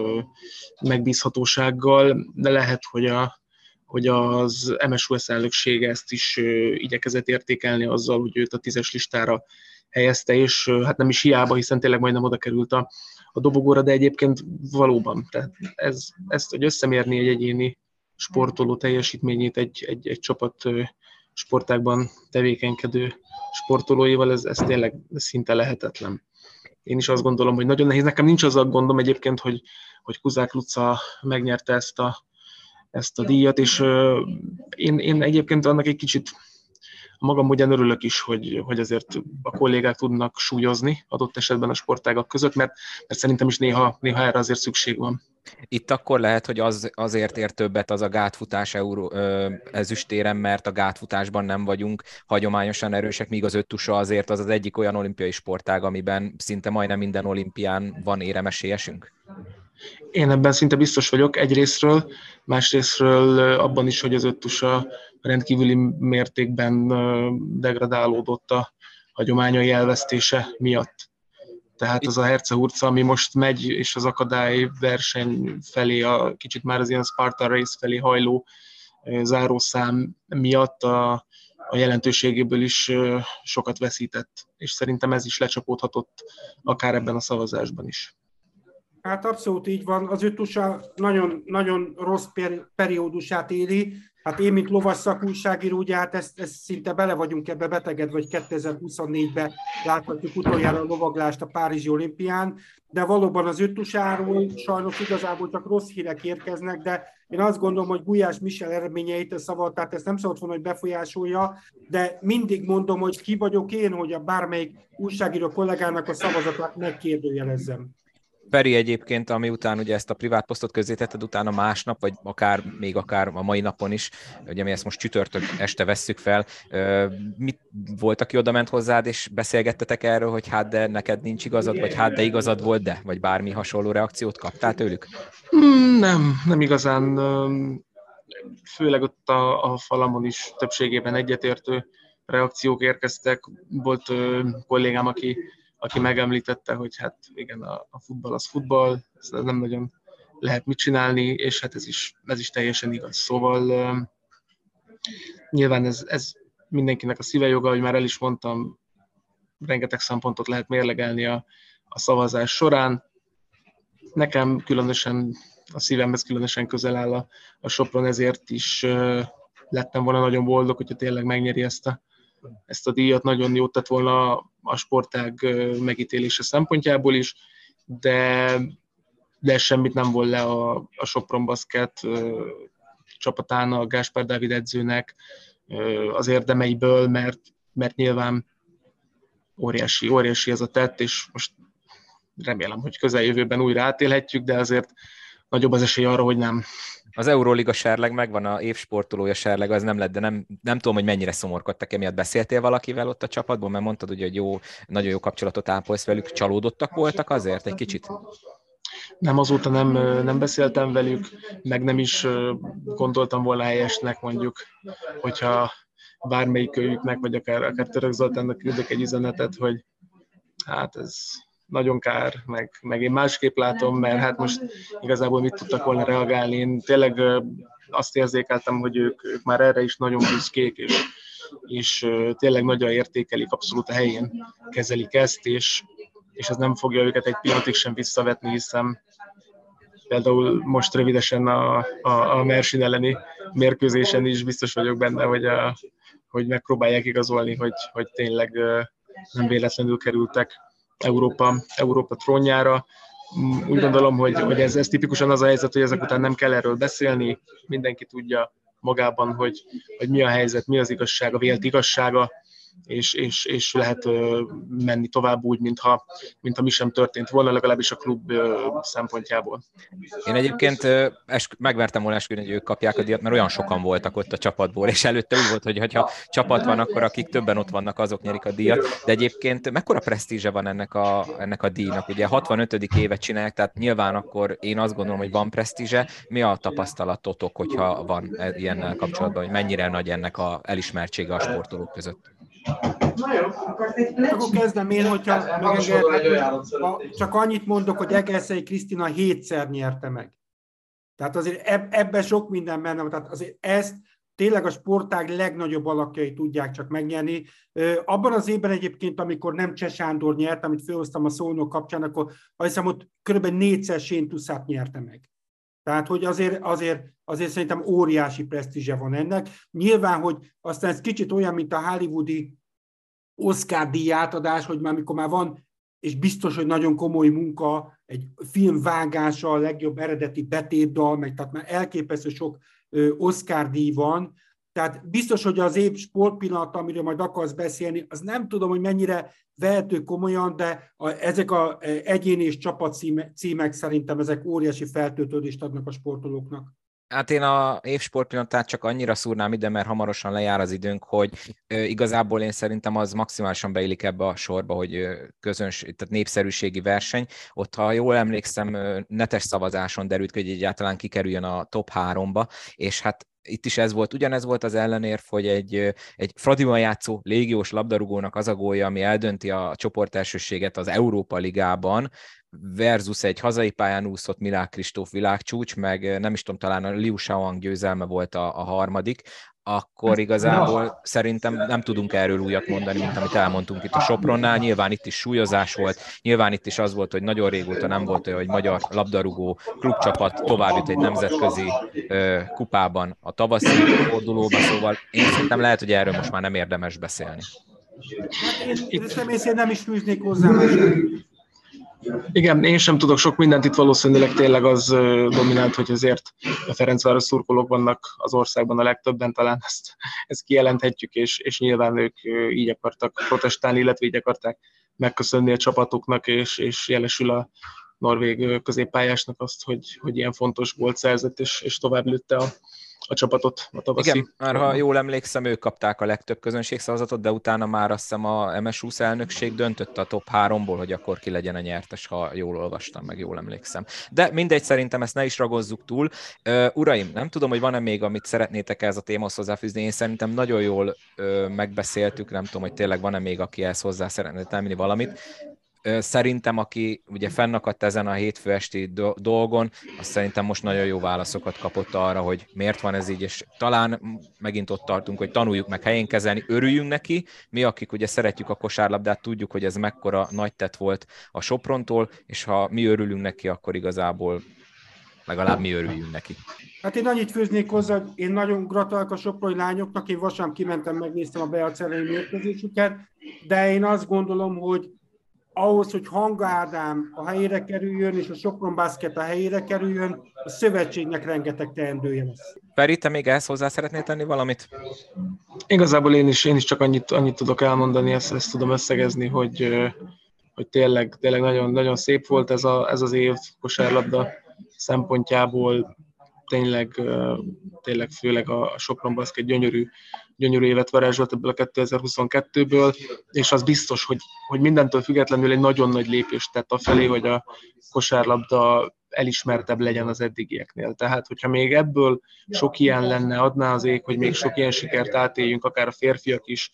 megbízhatósággal, de lehet, hogy, a, hogy az em es u es elnöksége ezt is igyekezett értékelni azzal, hogy őt a tízes listára helyezte, és hát nem is hiába, hiszen tényleg majdnem oda került a, a dobogóra, de egyébként valóban, tehát ez, ezt, hogy összemérni egy egyéni sportoló teljesítményét egy, egy, egy csapat sportágban tevékenykedő sportolóival, ez, ez tényleg szinte lehetetlen. Én is azt gondolom, hogy nagyon nehéz. Nekem nincs az a gondom egyébként, hogy, hogy Kozák Luca megnyerte ezt a, ezt a díjat, és uh, én, én egyébként annak egy kicsit a magam módján örülök is, hogy, hogy azért a kollégák tudnak súlyozni adott esetben a sportágak között, mert, mert szerintem is néha, néha erre azért szükség van. Itt akkor lehet, hogy az, azért ér többet az a gátfutás euró, ö, ezüstéren, mert a gátfutásban nem vagyunk hagyományosan erősek, míg az öttusa azért az az egyik olyan olimpiai sportág, amiben szinte majdnem minden olimpián van éremesélyesünk. Én ebben szinte biztos vagyok egyrésztről, másrésztről abban is, hogy az öttusa rendkívüli mértékben degradálódott a hagyományai elvesztése miatt. Tehát az a hercehurca, ami most megy, és az akadály verseny felé, a kicsit már az ilyen Spartan Race felé hajló zárószám miatt a, a jelentőségéből is sokat veszített. És szerintem ez is lecsapódhatott akár ebben a szavazásban is. Hát abszolút így van. Az öttusa nagyon, nagyon rossz per, periódusát éli. Hát én, mint lovas szakújságíró, ugye hát ezt, ezt szinte bele vagyunk ebbe betegedve, vagy kétezer-huszonnégyben láthatjuk utoljára a lovaglást a Párizsi olimpián, de valóban az öttusáról sajnos igazából csak rossz hírek érkeznek, de én azt gondolom, hogy Gulyás Michel eredményeit a szava, tehát ezt nem szabad volna, hogy befolyásolja, de mindig mondom, hogy ki vagyok én, hogy a bármelyik újságíró kollégának a szavazatát megkérdőjelezzem. Feri, egyébként, ami után ugye ezt a privát posztot közzétetted, utána másnap, vagy akár még akár a mai napon is, ugye mi ezt most csütörtök este vesszük fel, mit volt, aki oda ment hozzád, és beszélgettetek erről, hogy hát de neked nincs igazad, vagy hát de igazad volt, de? Vagy bármi hasonló reakciót kaptál tőlük? Nem, nem igazán. Főleg ott a, a falamon is többségében egyetértő reakciók érkeztek. Volt kollégám, aki aki megemlítette, hogy hát igen, a, a futball az futball, ez nem nagyon lehet mit csinálni, és hát ez is, ez is teljesen igaz. Szóval uh, nyilván ez, ez mindenkinek a szíve joga, hogy már el is mondtam, rengeteg szempontot lehet mérlegelni a, a szavazás során. Nekem különösen, a szívemhez különösen közel áll a, a Sopron, ezért is uh, lettem volna nagyon boldog, hogyha tényleg megnyeri ezt a, ezt a díjat. Nagyon jót tett volna a sportág uh, megítélése szempontjából is, de, de semmit nem volt le a, a Sopron Basket uh, csapatának, Gáspár Dávid edzőnek uh, az érdemeiből, mert, mert nyilván óriási, óriási ez a tett, és most remélem, hogy közeljövőben újra átélhetjük, de azért nagyobb az esély arra, hogy nem. Az Euróliga sárleg megvan, a évsportolója sárleg, az nem lett, de nem, nem tudom, hogy mennyire szomorkodtak emiatt. Beszéltél valakivel ott a csapatból, mert mondtad, ugye, hogy jó, nagyon jó kapcsolatot ápolsz velük, csalódottak voltak azért egy kicsit? Nem, azóta nem, nem beszéltem velük, meg nem is gondoltam volna helyesnek mondjuk, hogyha bármelyik őjüknek, vagy akár, akár Török Zoltánnak küldök egy üzenetet, hogy hát ez nagyon kár, meg, meg én másképp látom, mert hát most igazából mit tudtak volna reagálni. Én tényleg azt érzékeltem, hogy ők, ők már erre is nagyon büszkék, és, és tényleg nagyon értékelik, abszolút a helyén kezelik ezt, és, és ez nem fogja őket egy pillanatig sem visszavetni, hiszen például most rövidesen a, a, a Mersin elleni mérkőzésen is biztos vagyok benne, hogy, a, hogy megpróbálják igazolni, hogy, hogy tényleg nem véletlenül kerültek Európa, Európa trónjára. Úgy gondolom, hogy, hogy ez, ez tipikusan az a helyzet, hogy ezek után nem kell erről beszélni, mindenki tudja magában, hogy, hogy mi a helyzet, mi az igazság, a vélt igazsága, és, és, és lehet menni tovább úgy, mintha, mintha mi sem történt volna, legalábbis a klub szempontjából. Én egyébként esk- megvertem volna esküdni, hogy ők kapják a díjat, mert olyan sokan voltak ott a csapatból, és előtte úgy volt, hogy ha csapat van, akkor akik többen ott vannak, azok nyerik a díjat. De egyébként mekkora presztízse van ennek a, ennek a díjnak? Ugye hatvanötödik évet csinálják, tehát nyilván akkor én azt gondolom, hogy van presztízse. Mi a tapasztalatotok, hogyha van ilyennel kapcsolatban, hogy mennyire nagy ennek a elismertsége a sportolók között? Na jó, akkor, akkor kezdem én, hogyha megengedhetem. Csak annyit mondok, hogy Egerszegi Krisztina hétszer nyerte meg. Tehát azért ebben sok minden benne van. Tehát azért ezt tényleg a sportág legnagyobb alakjai tudják csak megnyerni. Abban az évben egyébként, amikor nem Cseh Sándor nyert, amit felhoztam a Szolnok kapcsán, akkor azt hiszem, ott kb. négyszer Shane Tuszát nyerte meg. Tehát, hogy azért, azért, azért szerintem óriási presztízse van ennek. Nyilván, hogy aztán ez kicsit olyan, mint a hollywoodi Oscar díj átadás, hogy már amikor már van, és biztos, hogy nagyon komoly munka, egy film vágása, a legjobb eredeti betétdal, meg tehát már elképesztő sok Oscar díj van. Tehát biztos, hogy az év sportpillanat, amiről majd akarsz beszélni, az nem tudom, hogy mennyire vehető komolyan, de a, ezek az egyéni és csapat címek szerintem ezek óriási feltöltődést adnak a sportolóknak. Hát én a év sportpillanatát csak annyira szúrnám ide, mert hamarosan lejár az időnk, hogy ö, igazából én szerintem az maximálisan beillik ebbe a sorba, hogy ö, közöns, tehát népszerűségi verseny. Ott, ha jól emlékszem, ö, netes szavazáson derült ki, hogy egyáltalán kikerüljön a top háromba, és hát itt is ez volt, ugyanez volt az ellenérv, hogy egy, egy Fradiban játszó légiós labdarúgónak az a gólja, ami eldönti a csoportelsőséget az Európa Ligában, versus egy hazai pályán úszott Milák Kristóf világcsúcs, meg nem is tudom, talán a Liu Shaoang győzelme volt a, a harmadik, akkor igazából szerintem nem tudunk erről újat mondani, mint amit elmondtunk itt a Sopronnál. Nyilván itt is súlyozás volt, nyilván itt is az volt, hogy nagyon régóta nem volt olyan, hogy magyar labdarúgó klubcsapat tovább jut egy nemzetközi ö, kupában a tavaszi fordulóba, szóval én szerintem lehet, hogy erről most már nem érdemes beszélni. Én személy szerint nem is fűznék hozzá másra. Igen, én sem tudok sok mindent, itt valószínűleg tényleg az dominált, hogy azért a Ferencváros szurkolók vannak az országban a legtöbben, talán ezt, ezt kijelenthetjük, és, és nyilván ők így akartak protestálni, illetve így akarták megköszönni a csapatuknak, és, és jelesül a norvég középpályásnak azt, hogy, hogy ilyen fontos gólt szerzett, és, és tovább lőtte a, a csapatot a tavaszi. Igen, már ha jól emlékszem, ők kapták a legtöbb közönségszavazatot, de utána már azt hiszem a em es húsz elnökség döntött a top háromból, hogy akkor ki legyen a nyertes, ha jól olvastam, meg jól emlékszem. De mindegy, szerintem ezt ne is ragozzuk túl. Uh, uraim, nem tudom, hogy van-e még, amit szeretnétek ehhez a témához hozzáfűzni. Én szerintem nagyon jól uh, megbeszéltük, nem tudom, hogy tényleg van-e még, aki ehhez hozzá szeretne tenni valamit. Szerintem, aki ugye fennakadt ezen a hétfő esti do- dolgon, azt szerintem most nagyon jó válaszokat kapott arra, hogy miért van ez így, és talán megint ott tartunk, hogy tanuljuk meg helyén kezelni, örüljünk neki. Mi, akik ugye szeretjük a kosárlabdát, tudjuk, hogy ez mekkora nagy tett volt a Soprontól, és ha mi örülünk neki, akkor igazából legalább mi örüljünk neki. Hát én annyit főznék hozzá, hogy én nagyon gratulálok a soproni lányoknak, én vasárnap kimentem, megnéztem a Beac elleni mérkőzésüket, de én azt gondolom, hogy ahhoz, hogy Hanga Ádám a helyére kerüljön, és a Sopron Basket a helyére kerüljön, a szövetségnek rengeteg teendője lesz. Feri, te még ehhez hozzá szeretnél tenni valamit? Igazából én is, én is csak annyit, annyit tudok elmondani, ezt, ezt tudom összegezni, hogy, hogy tényleg, tényleg nagyon, nagyon szép volt ez, a, ez az év kosárlabda szempontjából. Tényleg, tényleg főleg a Sopron Basket gyönyörű, gyönyörű évet varázsolt ebből a kétezer-huszonkettőből, és az biztos, hogy, hogy mindentől függetlenül egy nagyon nagy lépést tett afelé, hogy a kosárlabda elismertebb legyen az eddigieknél. Tehát, hogyha még ebből sok ilyen lenne, adná az ég, hogy még sok ilyen sikert átéljünk, akár a férfiak is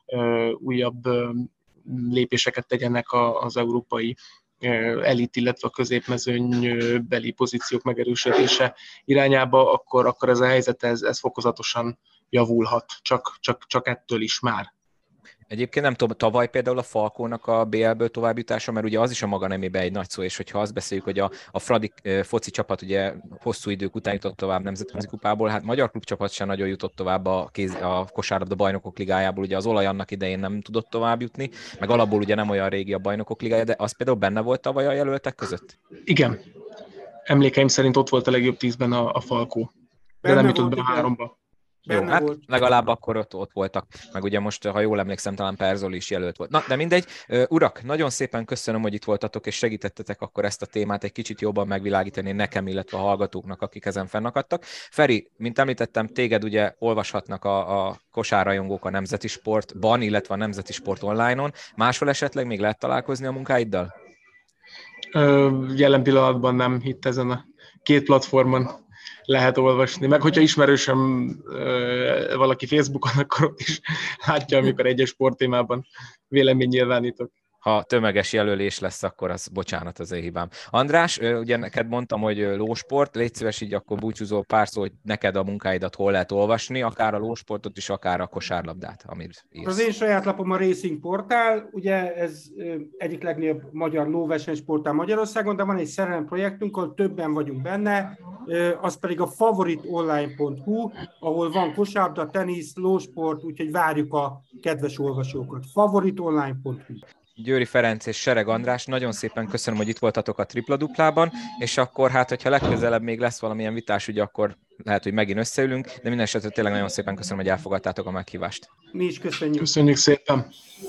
újabb lépéseket tegyenek az európai elit, illetve a középmezőnybeli pozíciók megerősítése irányába, akkor, akkor ez a helyzet ez, ez fokozatosan javulhat, csak, csak, csak ettől is már. Egyébként nem tudom, tavaly például a Falkónak a bé el-ből továbbjutása, mert ugye az is a maga nemében egy nagy szó, és hogyha azt beszéljük, hogy a, a Fradi foci csapat ugye hosszú idők után jutott tovább nemzetközi kupából, hát magyar klubcsapat sem nagyon jutott tovább a, kéz, a kosárlabda bajnokok ligájából, ugye az Olaj annak idején nem tudott tovább jutni, meg alapból ugye nem olyan régi a bajnokok ligája, de az például benne volt tavaly a jelöltek között? Igen. Emlékeim szerint ott volt a legjobb tízben a, a Falkó, de Benne nem jutott volt, be a igen. háromba. Jó, hát volt. Legalább akkor ott, ott voltak, meg ugye most, ha jól emlékszem, talán Perzoli is jelölt volt. Na, de mindegy. Urak, nagyon szépen köszönöm, hogy itt voltatok, és segítettetek akkor ezt a témát egy kicsit jobban megvilágítani nekem, illetve a hallgatóknak, akik ezen fennakadtak. Feri, mint említettem, téged ugye olvashatnak a, a kosárrajongók a Nemzeti Sportban, illetve a Nemzeti Sport online-on. Máshol esetleg még lehet találkozni a munkáiddal? Ö, jelen pillanatban nem, hitt ezen a két platformon lehet olvasni. Meg hogyha ismerősöm ö, valaki Facebookon, akkor ott is látja, amikor egyes sporttémában vélemény nyilvánítok. Ha tömeges jelölés lesz, akkor az bocsánat, az én hibám. András, ugye neked mondtam, hogy lósport, légy szíves, így akkor búcsúzó pár szó, hogy neked a munkáidat hol lehet olvasni, akár a lósportot is, akár a kosárlabdát, amit írsz. Az én saját lapom a Racing Portál, ugye ez egyik legnagyobb magyar lóversenysportál Magyarországon, de van egy szerelem projektünk, ahol többen vagyunk benne, az pedig a favoриtonline pont hu, ahol van kosárlabda, tenisz, lósport, úgyhogy várjuk a kedves olvasókat. favoриtonline pont hu. Győri Ferenc és Sereg András, nagyon szépen köszönöm, hogy itt voltatok a tripla duplában, és akkor hát, hogyha legközelebb még lesz valamilyen vitás, ugye akkor lehet, hogy megint összeülünk, de minden esetre tényleg nagyon szépen köszönöm, hogy elfogadtátok a meghívást. Mi is köszönjük. Köszönjük szépen.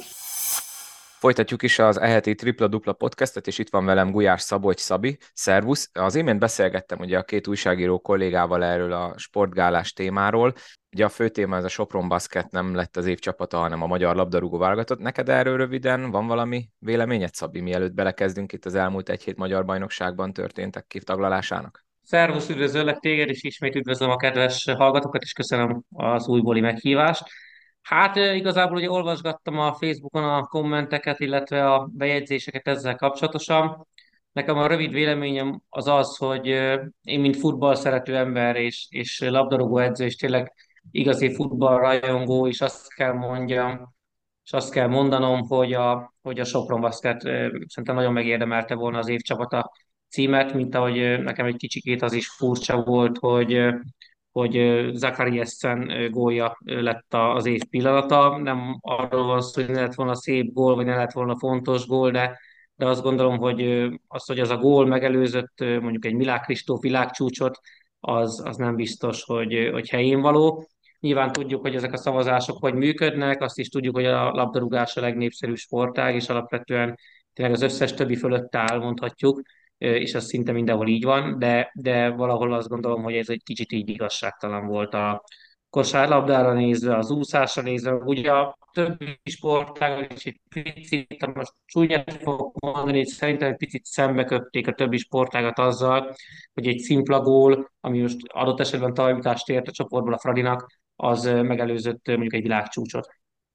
Folytatjuk is az eheti Tripla Dupla podcastet, és itt van velem Gulyás Szabolcs Szabi. Szervusz! Az imént beszélgettem ugye a két újságíró kollégával erről a sportgálás témáról. Ugye a fő téma ez a Sopron Basket nem lett az év csapata, hanem a magyar labdarúgó válogatott. Neked erről röviden van valami véleményed, Szabi, mielőtt belekezdünk itt az elmúlt egy hét magyar bajnokságban történtek kitaglalásának? Szervusz, üdvözöllek téged, és ismét üdvözlöm a kedves hallgatókat, és köszönöm az újbóli meghívást. Hát igazából ugye olvasgattam a Facebookon a kommenteket, illetve a bejegyzéseket ezzel kapcsolatosan. Nekem a rövid véleményem az az, hogy én, mint futball szerető ember és, és labdarúgó edző, és tényleg igazi futballrajongó, és azt kell mondjam, és azt kell mondanom, hogy a, hogy a Sopron Basket szerintem nagyon megérdemelte volna az évcsapata címet, mint ahogy nekem egy kicsikét az is furcsa volt, hogy, hogy Zakariessen gólja lett az év pillanata. Nem arról van szó, hogy ne lett volna szép gól, vagy ne lett volna fontos gól, de, de azt gondolom, hogy az, hogy az a gól megelőzött mondjuk egy Milák Kristóf világcsúcsot, az, az nem biztos, hogy, hogy helyén való. Nyilván tudjuk, hogy ezek a szavazások hogy működnek, azt is tudjuk, hogy a labdarúgás a legnépszerűbb sportág, és alapvetően tényleg az összes többi fölött áll, mondhatjuk, és az szinte mindenhol így van, de, de valahol azt gondolom, hogy ez egy kicsit így igazságtalan volt a kosárlabdára nézve, az úszásra nézve, ugye a többi sportág is egy picit, most csúnyát fogok mondani, hogy szerintem egy picit szembeköpték a többi sportágat azzal, hogy egy szimpla gól, ami most adott esetben továbbjutást ért a csoportból a Fradinak, az megelőzött mondjuk egy világcsúcsot.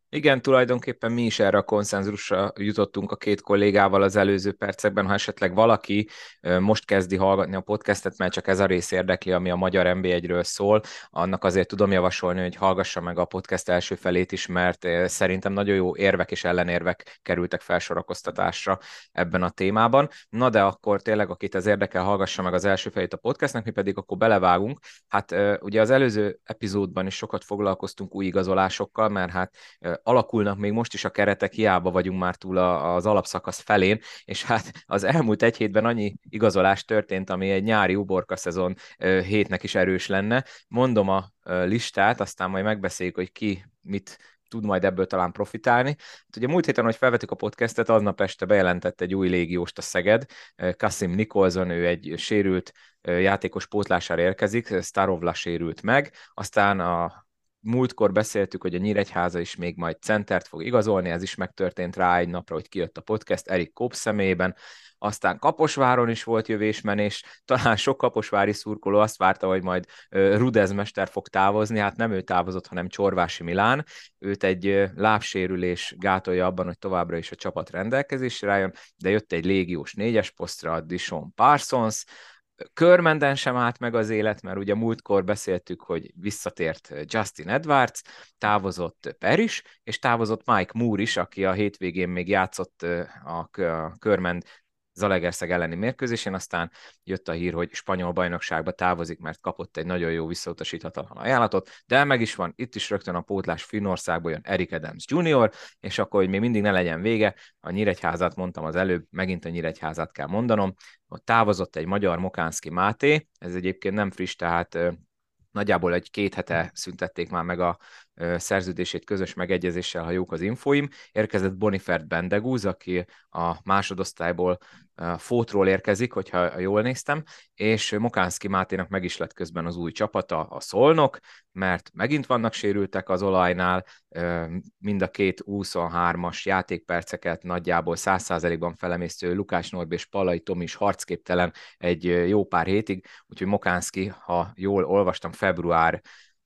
Igen, tulajdonképpen mi is erre a konszenzusra jutottunk a két kollégával az előző percekben, ha esetleg valaki most kezdi hallgatni a podcastet, mert csak ez a rész érdekli, ami a magyar en bé egyről szól, annak azért tudom javasolni, hogy hallgassa meg a podcast első felét is, mert szerintem nagyon jó érvek és ellenérvek kerültek felsorakoztatásra ebben a témában. Na de akkor tényleg, akit ez érdekel, hallgassa meg az első felét a podcastnek, mi pedig akkor belevágunk. Hát ugye az előző epizódban is sokat foglalkoztunk új igazolásokkal, mert hát alakulnak még most is a keretek, hiába vagyunk már túl az alapszakasz felén, és hát az elmúlt egy hétben annyi igazolás történt, ami egy nyári uborka szezon hétnek is erős lenne. Mondom a listát, aztán majd megbeszéljük, hogy ki mit tud majd ebből talán profitálni. Hát ugye múlt héten, hogy felvettük a podcastet, aznap este bejelentett egy új légióst a Szeged, Kasim Nikolson, ő egy sérült játékos pótlására érkezik, Starovla sérült meg, aztán a múltkor beszéltük, hogy a Nyíregyháza is még majd centert fog igazolni, ez is megtörtént rá egy napra, hogy kijött a podcast Erik Kopp személyében, aztán Kaposváron is volt jövésmenés, talán sok kaposvári szurkoló azt várta, hogy majd Rudez mester fog távozni, hát nem ő távozott, hanem Csorvási Milán, őt egy lábsérülés gátolja abban, hogy továbbra is a csapat rendelkezésre álljon, de jött egy légiós négyes posztra, Dishon Parsons, Körmenden sem állt meg az élet, mert ugye múltkor beszéltük, hogy visszatért Justin Edwards, távozott Peris, és távozott Mike Moore is, aki a hétvégén még játszott a Körmend Zalaegerszeg elleni mérkőzésén, aztán jött a hír, hogy spanyol bajnokságba távozik, mert kapott egy nagyon jó visszautasíthatatlan ajánlatot, de meg is van, itt is rögtön a pótlás Finnországból jön Eric Adams junior, és akkor, hogy még mindig ne legyen vége, a Nyíregyházát mondtam az előbb, megint a Nyíregyházát kell mondanom, ott távozott egy magyar Mokánszki Máté, ez egyébként nem friss, tehát nagyjából egy két hete szüntették már meg a szerződését közös megegyezéssel, ha jók az infóim. Érkezett Bonifert Bendegúz, aki a másodosztályból Fótról érkezik, hogyha jól néztem, és Mokánszki Máténak meg is lett közben az új csapata, a Szolnok, mert megint vannak sérültek az olajnál, mind a két huszonhármas játékperceket nagyjából száz százalékban felemésztő Lukács Norbi és Pallai Tomi is harcképtelen egy jó pár hétig, úgyhogy Mokánszki, ha jól olvastam, február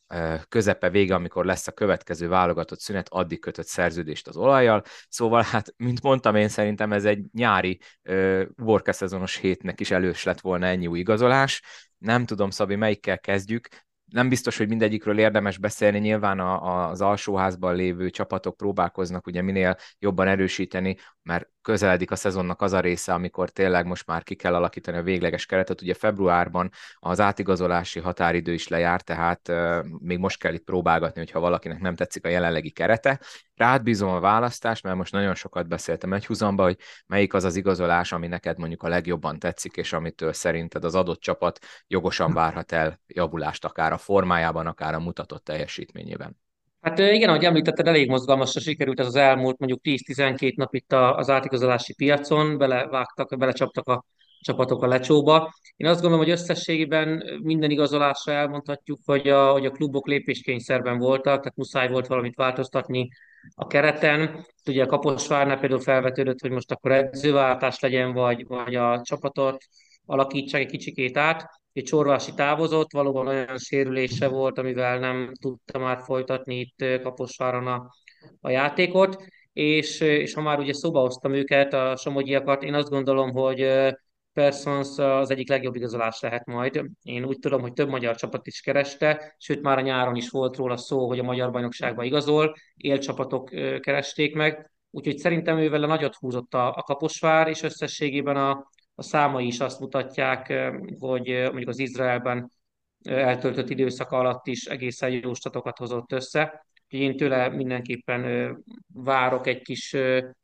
közepe vége, amikor lesz a következő válogatott szünet, addig kötött szerződést az olajjal. Szóval hát, mint mondtam, én szerintem ez egy nyári uborka szezonos hétnek is elős lett volna ennyi új igazolás. Nem tudom, Szabi, melyikkel kezdjük. Nem biztos, hogy mindegyikről érdemes beszélni, nyilván a, a, az alsóházban lévő csapatok próbálkoznak ugye minél jobban erősíteni, mert közeledik a szezonnak az a része, amikor tényleg most már ki kell alakítani a végleges keretet. Ugye februárban az átigazolási határidő is lejárt, tehát euh, még most kell itt próbálgatni, hogyha valakinek nem tetszik a jelenlegi kerete. Rád bízom a választást, mert most nagyon sokat beszéltem egyhuzamba, hogy melyik az az igazolás, ami neked mondjuk a legjobban tetszik, és amitől szerinted az adott csapat jogosan várhat el javulást, akár a formájában, akár a mutatott teljesítményében. Hát igen, ahogy említetted, elég mozgalmasra sikerült ez az elmúlt mondjuk tíz-tizenkét nap itt a- az átigazolási piacon, belevágtak, belecsaptak a csapatok a lecsóba. Én azt gondolom, hogy összességében minden igazolásra elmondhatjuk, hogy a, hogy a klubok lépéskényszerben voltak, tehát muszáj volt valamit változtatni a kereten. Ugye a Kaposvárnál például felvetődött, hogy most akkor edzőváltás legyen, vagy, vagy a csapatot alakítsák egy kicsikét át. Egy Csorvási távozott, valóban olyan sérülése volt, amivel nem tudta már folytatni itt Kaposváron a, a játékot, és, és ha már ugye szóba hoztam őket, a somogyiakat, én azt gondolom, hogy Persons az egyik legjobb igazolás lehet majd. Én úgy tudom, hogy több magyar csapat is kereste, sőt már a nyáron is volt róla szó, hogy a magyar bajnokságba igazol, élcsapatok keresték meg, úgyhogy szerintem ővel a nagyot húzott a, a Kaposvár, és összességében a, a számai is azt mutatják, hogy mondjuk az Izraelben eltöltött időszaka alatt is egészen jó statokat hozott össze. Úgyhogy én tőle mindenképpen várok egy kis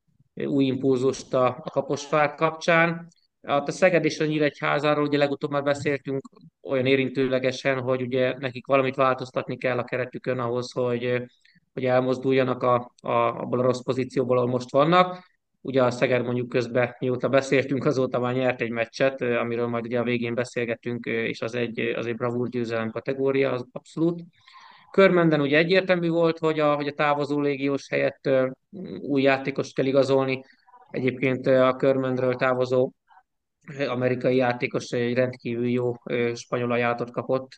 új impulzust a, a Kaposvár kapcsán. Hát a Szeged és a Nyíregyházáról ugye legutóbb már beszéltünk olyan érintőlegesen, hogy ugye nekik valamit változtatni kell a keretükön ahhoz, hogy, hogy elmozduljanak a, a, abból a rossz pozícióból, ahol most vannak. Ugye a Szeged mondjuk közben, mióta beszéltünk, azóta már nyert egy meccset, amiről majd ugye a végén beszélgetünk, és az egy, az egy bravúr győzelem kategória, az abszolút. Körmenden ugye egyértelmű volt, hogy a, hogy a távozó légiós helyett ö, új játékost kell igazolni. Egyébként ö, a Körmendről távozó amerikai játékos egy rendkívül jó ö, spanyol ajánlatot kapott,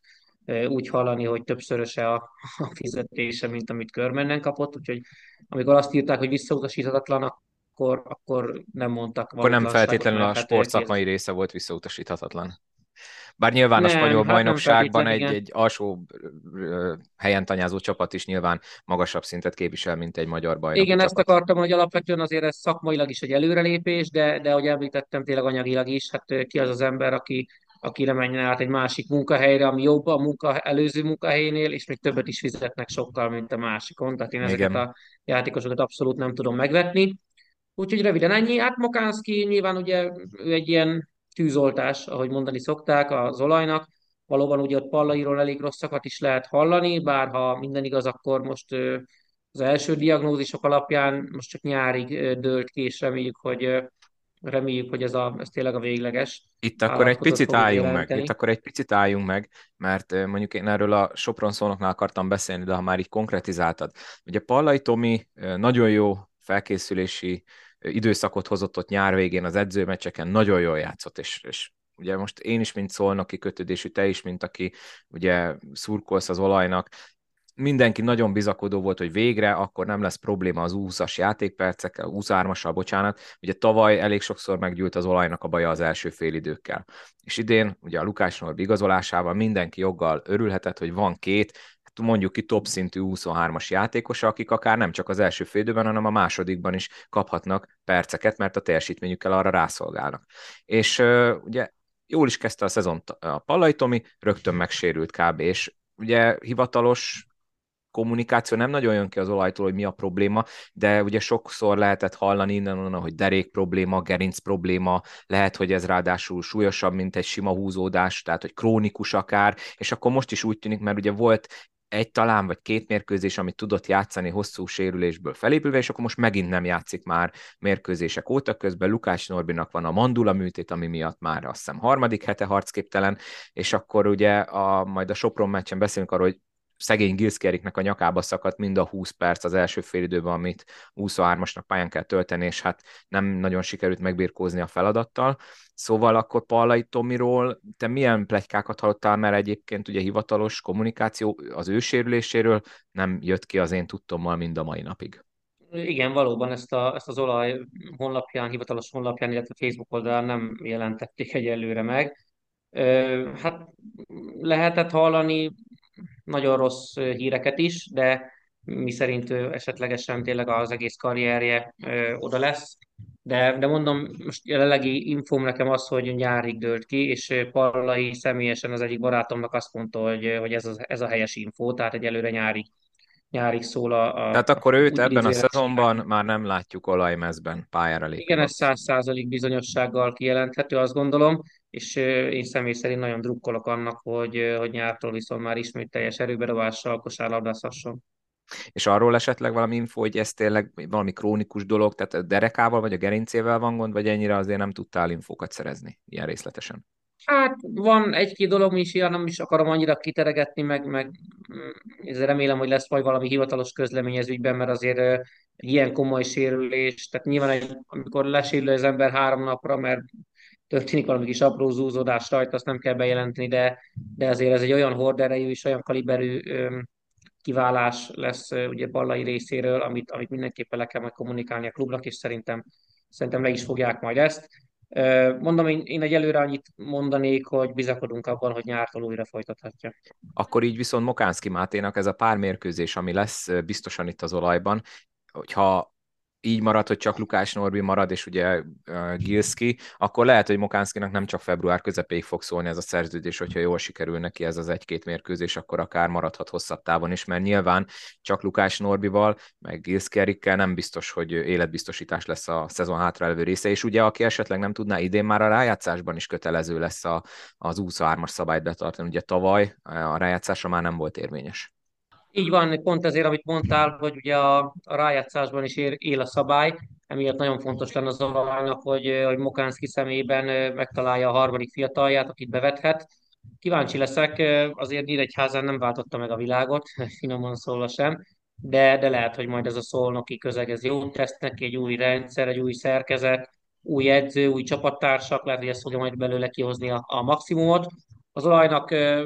úgy hallani, hogy többszöröse a, a fizetése, mint amit Körmenden kapott, úgyhogy amikor azt írták, hogy visszautasíthatatlan, akkor, akkor nem mondtak Akkor nem valótlanságot, feltétlenül mert a hát sport kéz... szakmai része volt visszautasíthatatlan. Bár nyilván a spanyol Nem, hát nem bajnokságban feltétlen, egy, igen. egy alsó ö, helyen tanyázó csapat is nyilván magasabb szintet képvisel, mint egy magyar bajnoki Igen, ezt csapat. akartam, hogy alapvetően azért ez szakmailag is egy előrelépés, de, de ahogy említettem, tényleg anyagilag is, hát ö, ki az az ember, aki, aki nem menjen át egy másik munkahelyre, ami jobb a munka, előző munkahelyénél, és még többet is fizetnek sokkal, mint a másikon. Tehát én ezeket Igen. a játékosokat abszolút nem tudom megvetni. Úgyhogy röviden ennyi. Hát Mokánszki nyilván ugye ő egy ilyen tűzoltás, ahogy mondani szokták az olajnak. Valóban ugye ott Pallairól elég rosszakat is lehet hallani, bár ha minden igaz, akkor most ö, az első diagnózisok alapján most csak nyárig ö, dőlt ki, és reméljük, hogy ö, reméljük, hogy ez, a, ez tényleg a végleges Itt akkor egy állapotot picit fogja álljunk meg, itt jelenteni. akkor egy picit álljunk meg, mert ö, mondjuk én erről a Sopron szónoknál akartam beszélni, de ha már így konkretizáltad. Ugye Pallai Tomi ö, nagyon jó felkészülési ö, időszakot hozott ott nyár végén az edzőmeccseken, nagyon jól játszott, és, és ugye most én is, mint szolnoki kötődésű, te is, mint aki ugye szurkolsz az olajnak, mindenki nagyon bizakodó volt, hogy végre akkor nem lesz probléma az U húszas játékpercekkel, U huszonhármassal, bocsánat. Ugye tavaly elég sokszor meggyűlt az olajnak a baja az első félidőkkel. És idén, ugye a Lukács Norbi igazolásával mindenki joggal örülhetett, hogy van két, hát mondjuk ki top szintű U huszonhármas játékosa, akik akár nem csak az első félidőben, hanem a másodikban is kaphatnak perceket, mert a teljesítményükkel arra rászolgálnak. És uh, ugye jól is kezdte a szezont a Pallai Tomi, rögtön megsérült kb. És ugye hivatalos kommunikáció nem nagyon jön ki az olajtól, hogy mi a probléma, de ugye sokszor lehetett hallani innen-onnan, hogy derék probléma, gerinc probléma, lehet, hogy ez ráadásul súlyosabb, mint egy sima húzódás, tehát hogy krónikus akár, és akkor most is úgy tűnik, mert ugye volt egy talán vagy két mérkőzés, amit tudott játszani hosszú sérülésből felépülve, és akkor most megint nem játszik már mérkőzések óta. Közben Lukács Norbinak van a mandula műtét, ami miatt már azt hiszem harmadik hete harcképtelen, és akkor ugye a, majd a Sopron meccsen beszélünk arról, hogy szegény Gilszkeriknek a nyakába szakadt mind a húsz perc az első fél időben, amit huszonhármasnak pályán kell tölteni, és hát nem nagyon sikerült megbirkózni a feladattal. Szóval akkor Pallai Tomiról te milyen pletykákat hallottál, mert egyébként ugye hivatalos kommunikáció az ő sérüléséről nem jött ki az én tudtommal mind a mai napig. Igen, valóban ezt, a, ezt az olaj honlapján, hivatalos honlapján, illetve Facebook oldalán nem jelentették egyelőre meg. Ö, Hát lehetett hallani nagyon rossz híreket is, de mi szerint ő esetlegesen tényleg az egész karrierje ö, oda lesz. De, de mondom, most jelenlegi infóm nekem az, hogy nyárig dőlt ki, és Pallai személyesen az egyik barátomnak azt mondta, hogy, hogy ez, az, ez a helyes infó, tehát egyelőre nyárig, nyárig szól a, a, Tehát akkor őt úgy ebben a idézőjelesen. szezonban már nem látjuk olajmezben pályára lépni Igen, ez száz valószínűleg. százalék bizonyossággal kijelenthető, azt gondolom, és ö, én személy szerint nagyon drukkolok annak, hogy, ö, hogy nyártól viszont már ismét teljes erőberobással kosárlabdázhasson. És arról esetleg valami info, hogy ez tényleg valami krónikus dolog, tehát a derekával vagy a gerincével van gond, vagy ennyire azért nem tudtál infókat szerezni ilyen részletesen? Hát van egy-két dolog is, ilyen nem is akarom annyira kiteregetni, meg, meg mm, ezzel remélem, hogy lesz majd valami hivatalos közlemény ez ügyben, mert azért ö, ilyen komoly sérülés, tehát nyilván egy, amikor lesérül az ember három napra, mert történik valami kis apró zúzódás rajta, azt nem kell bejelenteni, de, de azért ez egy olyan horderejű és olyan kaliberű ö, kiválás lesz ö, ugye Ballai részéről, amit, amit mindenképpen le kell majd kommunikálni a klubnak, és szerintem, szerintem le is fogják majd ezt. Ö, Mondom, én, én egyelőre annyit mondanék, hogy bizakodunk abban, hogy nyártól újra folytathatja. Akkor így viszont Mokánszki Máténak ez a pár mérkőzés, ami lesz biztosan itt az olajban, hogyha így marad, hogy csak Lukács Norbi marad, és ugye uh, Gilszki, akkor lehet, hogy Mokánszkinak nem csak február közepéig fog szólni ez a szerződés, hogyha jól sikerül neki ez az egy-két mérkőzés, akkor akár maradhat hosszabb távon is, mert nyilván csak Lukács Norbival, meg Gilszki Erikkel nem biztos, hogy életbiztosítás lesz a szezon hátralévő része, és ugye aki esetleg nem tudná, idén már a rájátszásban is kötelező lesz a, az U huszonhármas szabályt betartani, ugye tavaly a rájátszásra már nem volt érvényes. Így van, pont ezért, amit mondtál, hogy ugye a, a rájátszásban is ér, él a szabály, emiatt nagyon fontos lenne az olajnak, hogy, hogy Mokánszki szemében ö, megtalálja a harmadik fiatalját, akit bevethet. Kíváncsi leszek, ö, azért Nyíregyházán nem váltotta meg a világot, finoman szólva sem, de, de lehet, hogy majd ez a szolnoki közeg ez jót tesz neki, egy új rendszer, egy új szerkezet, új edző, új csapattársak, lehet, hogy ezt fogja majd belőle kihozni a, a maximumot. az olajnak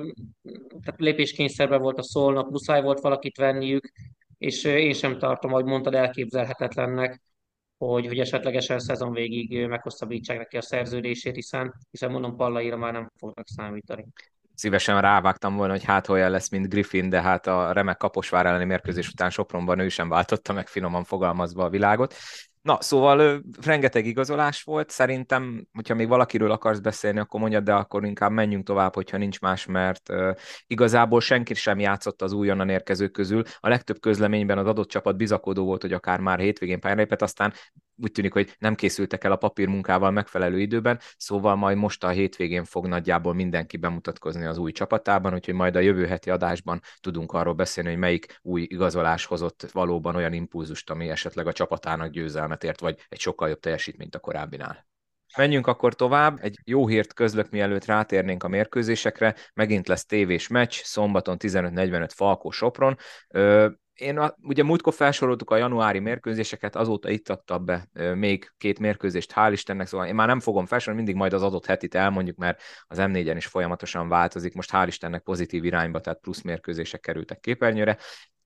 tehát lépéskényszerben volt a Szolnok, muszáj volt valakit venniük, és én sem tartom, ahogy mondtad, elképzelhetetlennek, hogy, hogy esetlegesen szezon végig meghosszabbítsák neki a szerződését, hiszen, hiszen mondom, Pallaira már nem fognak számítani. Szívesen rávágtam volna, hogy hát olyan lesz, mint Griffin, de hát a remek Kaposvár elleni mérkőzés után Sopronban ő sem váltotta meg finoman fogalmazva a világot. Na, szóval ö, rengeteg igazolás volt, szerintem, hogyha még valakiről akarsz beszélni, akkor mondjad, de akkor inkább menjünk tovább, hogyha nincs más, mert ö, igazából senki sem játszott az újonnan érkezők közül. A legtöbb közleményben az adott csapat bizakodó volt, hogy akár már hétvégén pályára lépett, aztán úgy tűnik, hogy nem készültek el a papírmunkával megfelelő időben, szóval majd most a hétvégén fog nagyjából mindenki bemutatkozni az új csapatában, úgyhogy majd a jövő heti adásban tudunk arról beszélni, hogy melyik új igazolás hozott valóban olyan impulzust, ami esetleg a csapatának győzelmet ért, vagy egy sokkal jobb teljesítményt a korábbinál. Menjünk akkor tovább. Egy jó hírt közlök, mielőtt rátérnénk a mérkőzésekre. Megint lesz tévés meccs, szombaton tizenöt negyvenöt Falkó-Sopron. Ö, én a, ugye múltkor felsoroltuk a januári mérkőzéseket, azóta itt adtam be ö, még két mérkőzést, hál' Istennek, szóval én már nem fogom felsorolni, mindig majd az adott hetit elmondjuk, mert az em négyen is folyamatosan változik, most hál' Istennek pozitív irányba, tehát plusz mérkőzések kerültek képernyőre,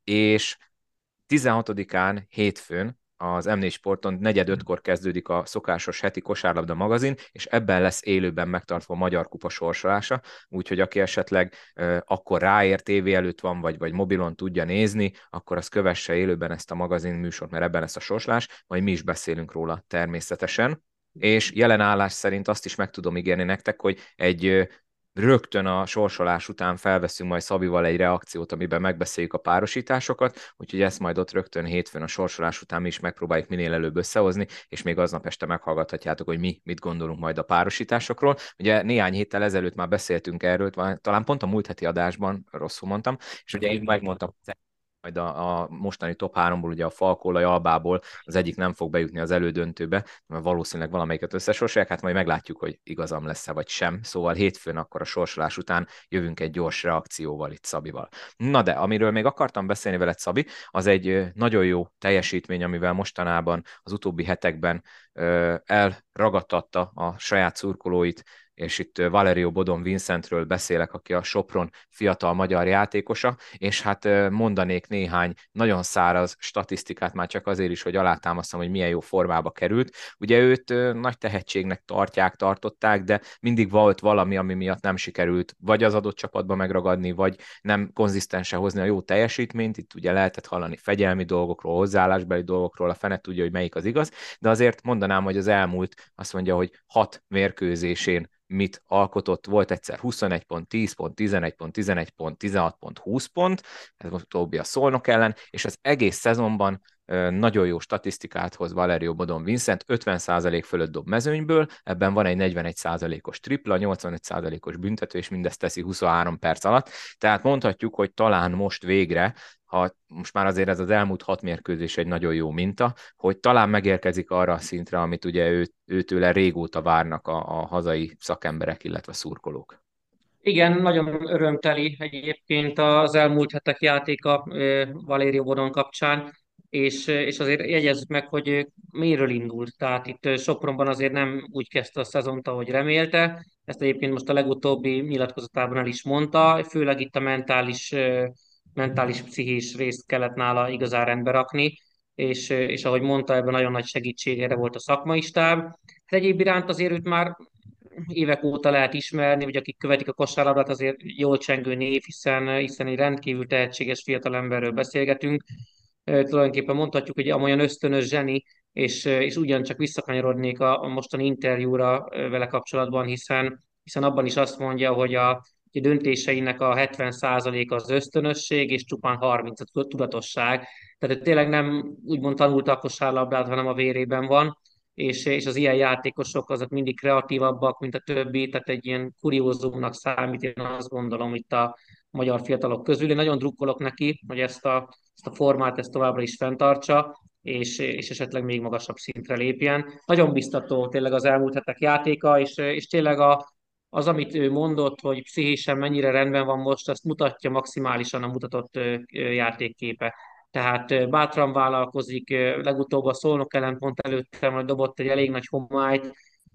és tizenhatodikán hétfőn az em négy Sporton negyed ötkor kezdődik a szokásos heti kosárlabda magazin, és ebben lesz élőben megtartva a Magyar Kupa sorsolása, úgyhogy aki esetleg uh, akkor ráér, tévé előtt van, vagy, vagy mobilon tudja nézni, akkor az kövesse élőben ezt a magazin műsort, mert ebben lesz a sorsolás, majd mi is beszélünk róla természetesen. És jelen állás szerint azt is meg tudom ígérni nektek, hogy egy rögtön a sorsolás után felveszünk majd Szabival egy reakciót, amiben megbeszéljük a párosításokat, úgyhogy ezt majd ott rögtön hétfőn a sorsolás után mi is megpróbáljuk minél előbb összehozni, és még aznap este meghallgathatjátok, hogy mi mit gondolunk majd a párosításokról. Ugye néhány héttel ezelőtt már beszéltünk erről, talán pont a múlt heti adásban, rosszul mondtam, és ugye én megmondtam, majd a, a mostani top háromból, ugye a Falkólaj Albából az egyik nem fog bejutni az elődöntőbe, mert valószínűleg valamelyiket összesorsolják, hát majd meglátjuk, hogy igazam lesz-e vagy sem. Szóval hétfőn akkor a sorsolás után jövünk egy gyors reakcióval itt Szabival. Na de, amiről még akartam beszélni veled, Szabi, az egy nagyon jó teljesítmény, amivel mostanában az utóbbi hetekben ö, elragadtatta a saját szurkolóit, és itt Valerio Bodon Vincentről beszélek, aki a Sopron fiatal magyar játékosa, és hát mondanék néhány nagyon száraz statisztikát már csak azért is, hogy alátámasztam, hogy milyen jó formába került. Ugye őt nagy tehetségnek tartják, tartották, de mindig volt valami, ami miatt nem sikerült vagy az adott csapatba megragadni, vagy nem konzisztensen hozni a jó teljesítményt. Itt ugye lehetett hallani fegyelmi dolgokról, hozzáállásbeli dolgokról, a fene tudja, hogy melyik az igaz, de azért mondanám, hogy az elmúlt azt mondja, hogy hat mérkőzésén mit alkotott, volt egyszer huszonegy pont, tíz pont, tizenegy pont, tizenegy pont, tizenhat pont, húsz pont, ez most utóbbi a Szolnok ellen, és az egész szezonban nagyon jó statisztikát hoz Valerio Bodon Vincent, ötven százalék fölött dob mezőnyből, ebben van egy negyvenegy százalékos tripla, nyolcvanöt százalékos büntető, és mindezt teszi huszonhárom perc alatt, tehát mondhatjuk, hogy talán most végre, ha most már azért ez az elmúlt hat mérkőzés egy nagyon jó minta, hogy talán megérkezik arra a szintre, amit ugye ő, őtőle régóta várnak a, a hazai szakemberek, illetve szurkolók. Igen, nagyon örömteli egyébként az elmúlt hetek játéka Valério Bodon kapcsán, és, és azért jegyezzük meg, hogy miről indult. Tehát itt Sopronban azért nem úgy kezdte a szezont, ahogy remélte. Ezt egyébként most a legutóbbi nyilatkozatában el is mondta, főleg itt a mentális, mentális pszichés részt kellett nála igazán rendbe rakni, és, és ahogy mondta, ebben nagyon nagy segítségére volt a szakmai stáb. Hát egyéb iránt azért őt már évek óta lehet ismerni, hogy akik követik a kosárlabdát, azért jól csengő név, hiszen, hiszen egy rendkívül tehetséges fiatalemberről beszélgetünk. E, tulajdonképpen mondhatjuk, hogy amolyan ösztönös zseni, és, és ugyancsak visszakanyarodnék a, a mostani interjúra vele kapcsolatban, hiszen, hiszen abban is azt mondja, hogy a, a döntéseinek a hetven százaléka az ösztönösség, és csupán harminc a tudatosság. Tehát ő tényleg nem úgymond tanulta a kosárlabdát, hanem a vérében van, és, és az ilyen játékosok azok mindig kreatívabbak, mint a többi, tehát egy ilyen kuriózumnak számít, én azt gondolom itt a magyar fiatalok közül. Én nagyon drukkolok neki, hogy ezt a, ezt a formát ezt továbbra is fenntartsa, és, és esetleg még magasabb szintre lépjen. Nagyon biztató tényleg az elmúlt hetek játéka, és, és tényleg a, az, amit ő mondott, hogy pszichésen mennyire rendben van most, azt mutatja maximálisan a mutatott ö, ö, játékképe. Tehát bátran vállalkozik, legutóbb a Szolnok ellen pont előttem, hogy dobott egy elég nagy homályt,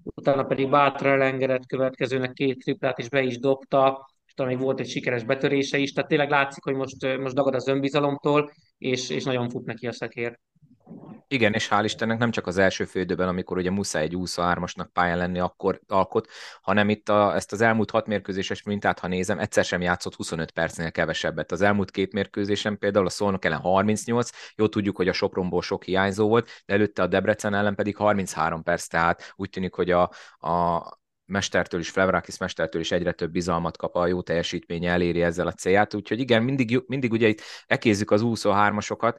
utána pedig bátra elengedett következőnek két triplát, és be is dobta, és talán még volt egy sikeres betörése is, tehát tényleg látszik, hogy most, most dagad az önbizalomtól, és, és nagyon fut neki a szekér. Igen, és hál' Istennek nem csak az első fél időben, amikor ugye muszáj egy huszonhármasnak pályán lenni, akkor alkot, hanem itt a, ezt az elmúlt hat mérkőzéses mintát, ha nézem, egyszer sem játszott huszonöt percnél kevesebbet. Az elmúlt két mérkőzésen például a Szolnok ellen harmincnyolc, jó tudjuk, hogy a Sopronból sok hiányzó volt, de előtte a Debrecen ellen pedig harminchárom perc, tehát úgy tűnik, hogy a, a mestertől is, Flevrakis mestertől is egyre több bizalmat kap, a jó teljesítménye eléri ezzel a célját, úgyhogy igen, mindig, mindig ugye itt ekézzük az huszonhármasokat,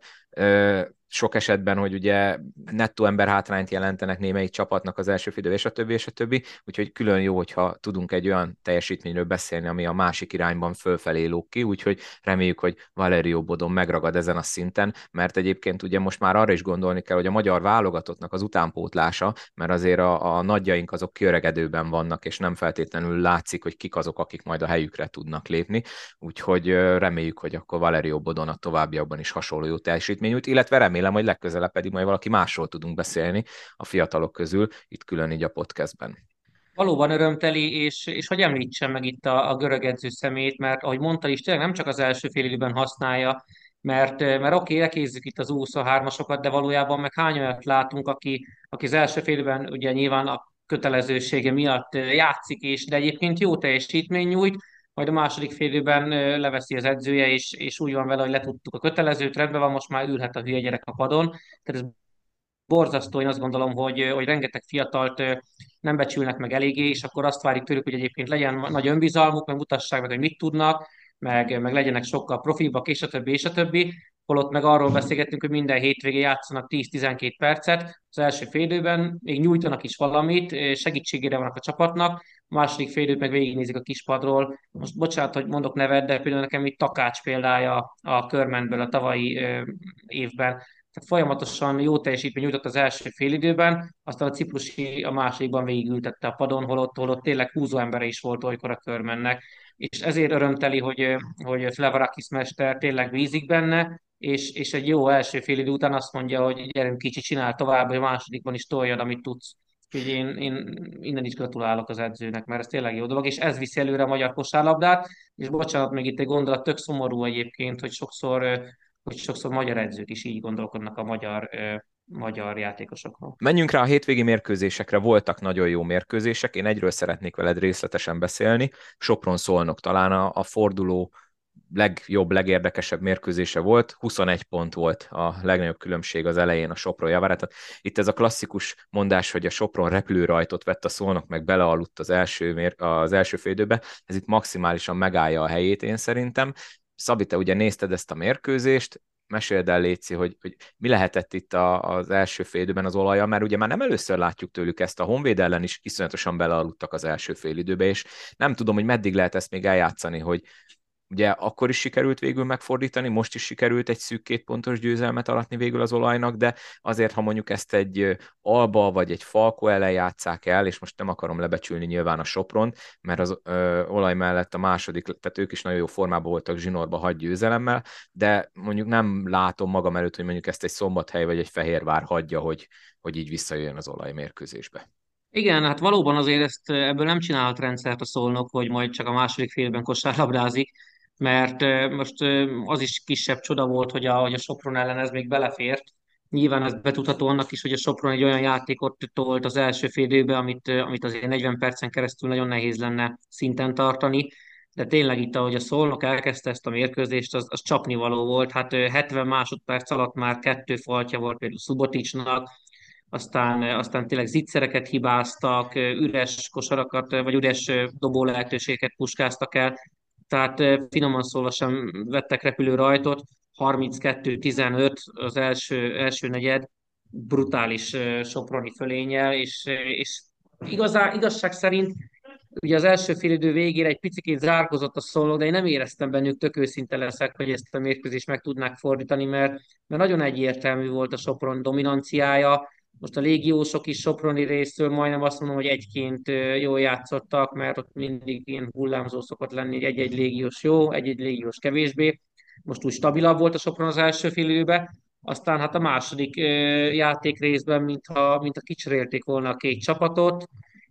sok esetben, hogy ugye nettó ember hátrányt jelentenek némelyik csapatnak az első fidő, és a többi, és a többi, úgyhogy külön jó, hogyha tudunk egy olyan teljesítményről beszélni, ami a másik irányban fölfelé lóg ki, úgyhogy reméljük, hogy Valerio Bodon megragad ezen a szinten, mert egyébként ugye most már arra is gondolni kell, hogy a magyar válogatottnak az utánpótlása, mert azért a, a nagyjaink azok kiöregedőben vannak, és nem feltétlenül látszik, hogy kik azok, akik majd a helyükre tudnak lépni, úgyhogy reméljük, hogy akkor Valerio Bodon a továbbiakban is hasonló jó teljesítmény jut, illetve remélem, hogy legközelebb pedig majd valaki másról tudunk beszélni a fiatalok közül, itt külön így a podcastben. Valóban örömteli, és, és hogy említsem meg itt a, a görög edző szemét, mert ahogy mondta is, tényleg nem csak az első fél időben használja, mert, mert oké, okay, ekézzük itt az u huszonhármasokat, de valójában meg hány olyat látunk, aki, aki az első fél időben ugye nyilván a kötelezősége miatt játszik, és de egyébként jó teljesítmény nyújt, majd a második fél időben leveszi az edzője, és, és úgy van vele, hogy letudtuk a kötelezőt, rendben van, most már ülhet a hülye gyerek a padon. Tehát ez borzasztó, én azt gondolom, hogy, hogy rengeteg fiatalt nem becsülnek meg eléggé, és akkor azt várjuk tőlük, hogy egyébként legyen nagy önbizalmuk, meg mutassák meg, hogy mit tudnak, meg, meg legyenek sokkal profibbak, és a többi, és a többi. Holott meg arról beszélgettünk, hogy minden hétvégén játszanak tíz-tizenkét percet, az első félidőben még nyújtanak is valamit, segítségére vannak a csapatnak, a második félidőt meg végignézik a kispadról. Most bocsánat, hogy mondok nevet, de például nekem itt Takács példája a Körmentből a tavalyi ö, évben, tehát folyamatosan jó teljesítmény nyújtott az első félidőben, aztán a ciprusi a másodikban végigültette a padon, holott, holott tényleg húzó embere is volt olykor a Körmennek. És ezért örömteli, hogy, hogy Flevrakis mester tényleg bízik benne, és, és egy jó első félidő után azt mondja, hogy gyerünk kicsi, csinál tovább, hogy a másodikban is toljad, amit tudsz. Úgyhogy én, én innen is gratulálok az edzőnek, mert ez tényleg jó dolog, és ez viszi előre a magyar kosárlabdát, és bocsánat, még itt egy gondolat, tök szomorú egyébként, hogy sokszor hogy sokszor magyar edzők is így gondolkodnak a magyar, ö, magyar játékosokról. Menjünk rá a hétvégi mérkőzésekre, voltak nagyon jó mérkőzések, én egyről szeretnék veled részletesen beszélni, Sopron-Szolnok talán a, a forduló legjobb, legérdekesebb mérkőzése volt, huszonegy pont volt a legnagyobb különbség az elején a Sopron javára. Tehát itt ez a klasszikus mondás, hogy a Sopron repülőrajtot vett, a Szolnok meg belealudt az első, mér, az első félidőbe, ez itt maximálisan megállja a helyét, én szerintem. Szabi, te ugye nézted ezt a mérkőzést, meséld el, Léci, hogy, hogy mi lehetett itt a, az első fél időben az olajjal, mert ugye már nem először látjuk tőlük ezt, a Honvéd ellen is iszonyatosan belealudtak az első fél időbe, és nem tudom, hogy meddig lehet ezt még eljátszani, hogy ugye akkor is sikerült végül megfordítani, most is sikerült egy szűk két pontos győzelmet aratni végül az olajnak, de azért, ha mondjuk ezt egy Alba vagy egy Falko ellen játsszák el, és most nem akarom lebecsülni nyilván a Sopron, mert az ö, olaj mellett a második, tehát ők is nagyon jó formában voltak zsinórba hagy győzelemmel, de mondjuk nem látom magam előtt, hogy mondjuk ezt egy Szombathely vagy egy Fehérvár hagyja, hogy, hogy így visszajöjjön az olaj mérkőzésbe. Igen, hát valóban azért ezt ebből nem csinálhat rendszert a Szolnok, hogy majd csak a második félben kosárlabdázik, mert eh, most eh, az is kisebb csoda volt, hogy a, hogy a Sopron ellen ez még belefért. Nyilván ez betudható annak is, hogy a Sopron egy olyan játékot tolt az első fél időben, amit, eh, amit azért negyven percen keresztül nagyon nehéz lenne szinten tartani. De tényleg itt, ahogy a Szolnok elkezdte ezt a mérkőzést, az, az csapnivaló volt. Hát eh, hetven másodperc alatt már kettő faltja volt például Suboticsnak, aztán, aztán tényleg zicsereket hibáztak, üres kosarakat, vagy üres dobó lehetőségeket puskáztak el, tehát finoman szólva sem vettek repülő rajtot, harminckettő tizenöt az első, első negyed, brutális soproni fölénnyel, és, és igazá, igazság szerint ugye az első félidő végére egy picit zárkozott a Szolnok, de én nem éreztem bennük, tök őszinte leszek, hogy ezt a mérkőzést meg tudnák fordítani, mert, mert nagyon egyértelmű volt a Sopron dominanciája. Most a légiósok is soproni részről majdnem azt mondom, hogy egyként jól játszottak, mert ott mindig ilyen hullámzó szokott lenni, hogy egy-egy légiós jó, egy-egy légiós kevésbé. Most úgy stabilabb volt a Sopron az első fél időben, aztán hát a második játék részben, mintha, mintha kicserélték volna a két csapatot,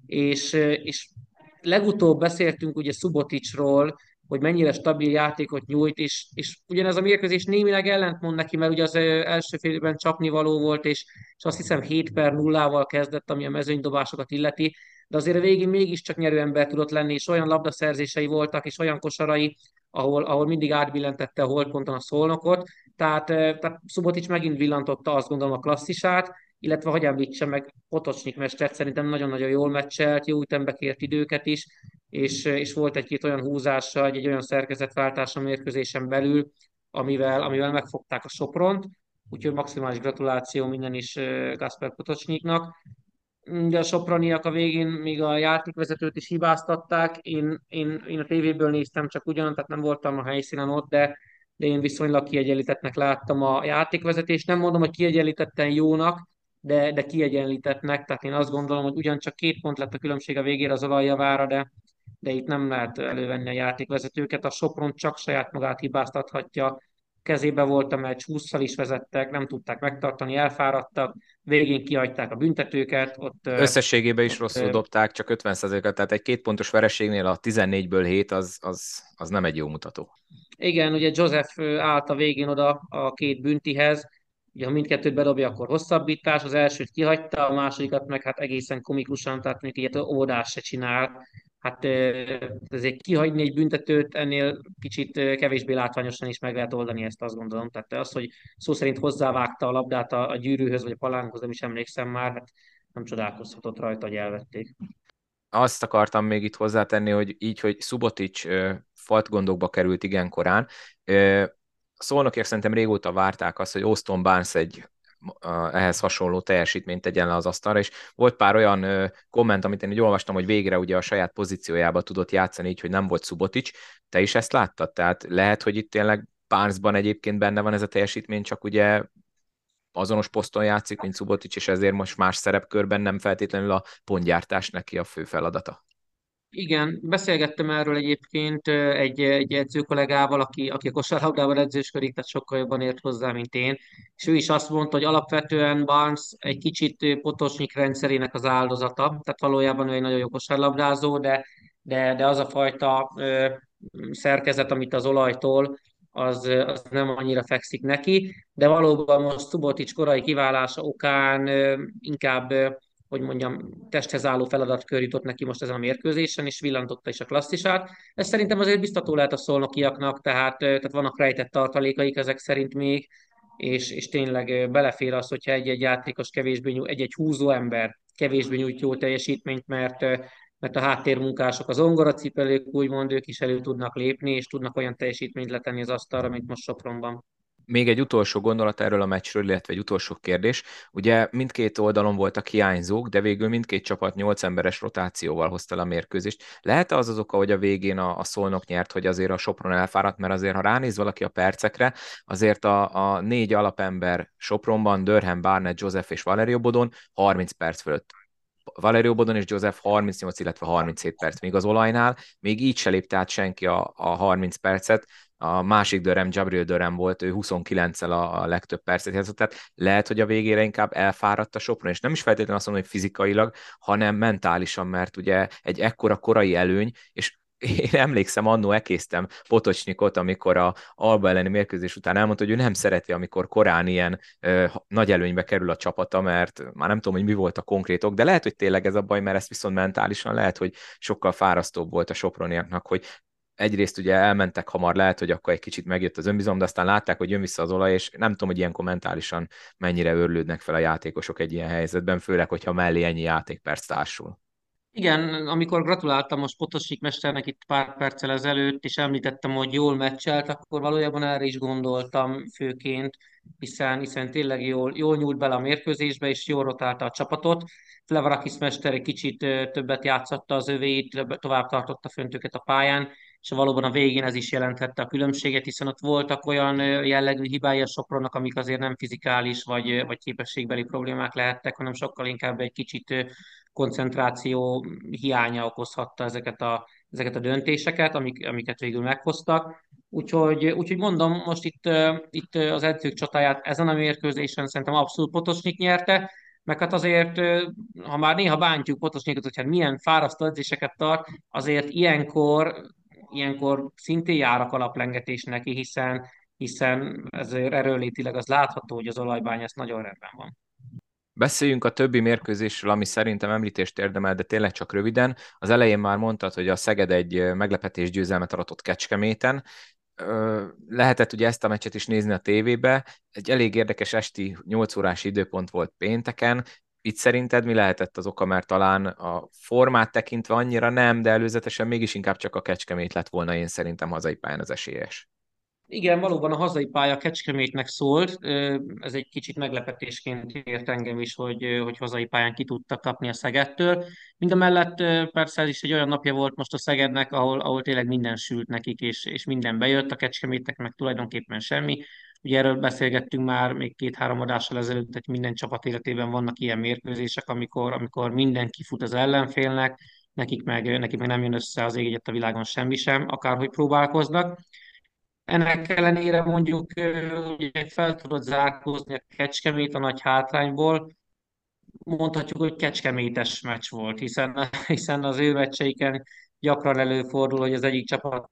és, és legutóbb beszéltünk ugye Suboticsról, hogy mennyire stabil játékot nyújt, és, és ugyanez a mérkőzés némileg ellentmond neki, mert ugye az első félben csapnivaló volt, és, és azt hiszem hét per nullával kezdett, ami a mezőnydobásokat illeti, de azért a végén mégiscsak nyerőember tudott lenni, és olyan labdaszerzései voltak, és olyan kosarai, ahol, ahol mindig átbillentette a holdponton a Szolnokot, tehát, tehát Subotics megint villantotta azt gondolom a klasszisát, illetve hogy említsem meg Potocsnik mestert, szerintem nagyon-nagyon jól meccselt, jó ütembe kért időket is, és, és volt egy-két olyan húzása, egy, egy olyan szerkezetváltás a mérkőzésen belül, amivel, amivel megfogták a Sopront, úgyhogy maximális gratuláció minden is Gasper Potocsniknak. De a soproniak a végén még a játékvezetőt is hibáztatták. Én, én, én a tévéből néztem csak ugyan, tehát nem voltam a helyszínen ott, de, de én viszonylag kiegyenlítettnek láttam a játékvezetést. Nem mondom, hogy kiegyenlítetten jónak, de, de kiegyenlítettnek. Tehát én azt gondolom, hogy ugyancsak két pont lett a különbség a végére az olajjavára, de, de itt nem lehet elővenni a játékvezetőket. A Sopron csak saját magát hibáztathatja. Kezébe volt a meccs, hússzal is vezettek, nem tudták megtartani, elfáradtak, végén kihagyták a büntetőket, ott, Összességében is rosszul ott dobták, csak ötven százalékot, tehát egy két pontos vereségnél a tizennégyből hét az, az, az nem egy jó mutató. igen, ugye Joseph állt a végén oda a két büntihez, ugye ha mindkettőt bedobja, akkor hosszabbítás, az elsőt kihagyta, a másodikat meg hát egészen komikusan, tehát még ilyet óvodás se csinál. Hát ezért kihagyni egy büntetőt ennél kicsit kevésbé látványosan is meg lehet oldani ezt, azt gondolom. Tehát az, hogy szó szerint hozzávágta a labdát a, a gyűrűhöz, vagy a palánkhoz, nem is emlékszem már, hát nem csodálkozhatott rajta, hogy elvették. Azt akartam még itt hozzátenni, hogy így, hogy Subotics faltgondokba került igen korán, ö, Szolnokiak szerintem régóta várták azt, hogy Austin Barnes egy a, ehhez hasonló teljesítményt tegyen le az asztalra, és volt pár olyan ö, komment, amit én így olvastam, hogy végre ugye a saját pozíciójába tudott játszani, így, hogy nem volt Subotics. Te is ezt láttad? Tehát lehet, hogy itt tényleg Barnesban egyébként benne van ez a teljesítmény, csak ugye azonos poszton játszik, mint Subotics, és ezért most más szerepkörben nem feltétlenül a pontgyártás neki a fő feladata. Igen, beszélgettem erről egyébként egy, egy edző kollégával, aki, aki a kosárlabdában edzősködik, tehát sokkal jobban ért hozzá, mint én, és ő is azt mondta, hogy alapvetően Barnes egy kicsit Potocsnik rendszerének az áldozata, tehát valójában ő egy nagyon jó kosárlabdázó, de, de, de az a fajta ö, szerkezet, amit az olajtól, az, az nem annyira fekszik neki, de valóban most Subotics korai kiválása okán ö, inkább hogy mondjam, testhez álló feladatkör jutott neki most ezen a mérkőzésen, és villantotta is a klasszisát. Ez szerintem azért biztató lehet a szolnokiaknak, tehát, tehát vannak rejtett tartalékaik ezek szerint még, és, és tényleg belefér az, hogyha egy-egy játékos kevésbé nyújt, egy-egy húzó ember kevésbé nyújt jó teljesítményt, mert, mert a háttérmunkások, az ongoracipelők úgymond ők is elő tudnak lépni, és tudnak olyan teljesítményt letenni az asztalra, mint most Sopronban. Még egy utolsó gondolat erről a meccsről, illetve egy utolsó kérdés. Ugye mindkét oldalon voltak hiányzók, de végül mindkét csapat nyolc emberes rotációval hozta le a mérkőzést. Lehet az az oka, hogy a végén a, a Szolnok nyert, hogy azért a Sopron elfáradt, mert azért, ha ránéz valaki a percekre, azért a, a négy alapember Sopronban, Dörhen, Barnett, Joseph és Valerio Bodon harminc perc fölött. Valerio Bodon és Joseph harmincnyolc, illetve harminchét perc. Még az olajnál még így se lépte át senki a, a harminc percet. A másik Dörrem, Gabriel Dörrem volt, ő huszonkilenccel a, a legtöbb percet játszott, tehát lehet, hogy a végére inkább elfáradt a Sopron, és nem is feltétlenül azt mondom, hogy fizikailag, hanem mentálisan, mert ugye egy ekkora korai előny, és én emlékszem, annó ekésztem Potocsnikot, amikor a Alba elleni mérkőzés után elmondta, hogy ő nem szereti, amikor korán ilyen ö, nagy előnybe kerül a csapata, mert már nem tudom, hogy mi volt a konkrétok, de lehet, hogy tényleg ez a baj, mert ezt viszont mentálisan lehet, hogy sokkal fárasztóbb volt a soproniaknak, hogy egyrészt ugye elmentek hamar, lehet, hogy akkor egy kicsit megjött az önbizalom, de aztán látták, hogy jön vissza az olaj, és nem tudom, hogy ilyenkor mentálisan mennyire örlődnek fel a játékosok egy ilyen helyzetben, főleg, hogyha mellé ennyi játékperc társul. Igen, amikor gratuláltam most Potosik mesternek itt pár perccel ezelőtt, és említettem, hogy jól meccselt, akkor valójában erre is gondoltam főként, hiszen, hiszen tényleg jól, jól nyúlt bele a mérkőzésbe, és jól rotálta a csapatot. Flevarakis mester egy kicsit ö, többet játszotta az övéit, tovább tartotta fönt őket a pályán, és valóban a végén ez is jelenthette a különbséget, hiszen ott voltak olyan ö, jellegű hibái a Sopronnak, amik azért nem fizikális vagy, ö, vagy képességbeli problémák lehettek, hanem sokkal inkább egy kicsit ö, koncentráció hiánya okozhatta ezeket a, ezeket a döntéseket, amik, amiket végül meghoztak. Úgyhogy, úgyhogy mondom, most itt, itt az edzők csatáját ezen a mérkőzésen szerintem abszolút Potocsnik nyerte, meg hát azért, ha már néha bántjuk Potosnyikot, hogy hát milyen fárasztó edzéseket tart, azért ilyenkor, ilyenkor szintén jár a kalaplengetés neki, hiszen, hiszen ezért erőlétileg az látható, hogy az olajbányász nagyon rendben van. Beszéljünk a többi mérkőzésről, ami szerintem említést érdemel, de tényleg csak röviden. Az elején már mondtad, hogy a Szeged egy meglepetés győzelmet aratott Kecskeméten. Lehetett ugye ezt a meccset is nézni a tévébe. Egy elég érdekes esti nyolc órás időpont volt pénteken. Itt szerinted mi lehetett az oka, mert talán a formát tekintve annyira nem, de előzetesen mégis inkább csak a Kecskemét lett volna én szerintem hazai pályán az esélyes. Igen, valóban a hazai pálya Kecskemétnek szólt. Ez egy kicsit meglepetésként ért engem is, hogy, hogy hazai pályán ki tudtak kapni a Szegedtől. Mindemellett persze ez is egy olyan napja volt most a Szegednek, ahol, ahol tényleg minden sült nekik, és, és minden bejött, a Kecskemétnek meg tulajdonképpen semmi. Ugye erről beszélgettünk már még két-három adással ezelőtt, hogy minden csapat életében vannak ilyen mérkőzések, amikor, amikor minden kifut az ellenfélnek, nekik meg, nekik meg nem jön össze az ég egyet a világon semmi sem, akárhogy próbálkoznak. Ennek ellenére mondjuk ugye fel tudod zárkózni a Kecskemét a nagy hátrányból. Mondhatjuk, hogy kecskemétes meccs volt, hiszen, hiszen az ő meccseiken gyakran előfordul, hogy az egyik csapat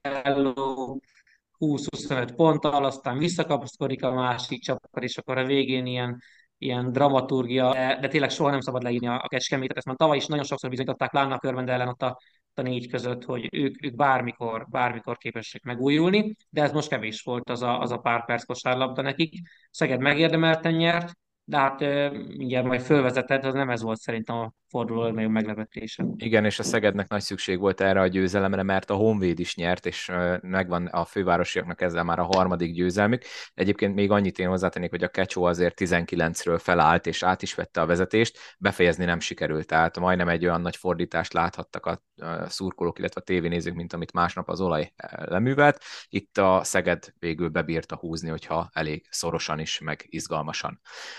elló húsz-huszonöt ponttal, aztán visszakapaszkodik a másik csapat, és akkor a végén ilyen, ilyen dramaturgia, de, de tényleg soha nem szabad leírni a, a Kecskemétet. Ezt már tavaly is nagyon sokszor bizonyították, pláne a Körmende ellen ott a, a négy között, hogy ők, ők bármikor, bármikor képesek megújulni, de ez most kevés volt az a, az a pár perc kosárlabda nekik. Szeged megérdemelten nyert, de hát e, mindjárt majd fölvezeted, az nem ez volt szerintem a forduló legnagyobb meglepetése. Igen, és a Szegednek nagy szükség volt erre a győzelemre, mert a Honvéd is nyert, és megvan a fővárosiaknak ezzel már a harmadik győzelmük. Egyébként még annyit én hozzátennék, hogy a Kecsó azért tizenkilencről felállt, és át is vette a vezetést, befejezni nem sikerült, tehát majdnem egy olyan nagy fordítást láthattak a szurkolók, illetve a tévénézők, mint amit másnap az olaj leművelt. Itt a Szeged végül bebírta húzni, hogyha elég szorosan is, meg izgalmasan.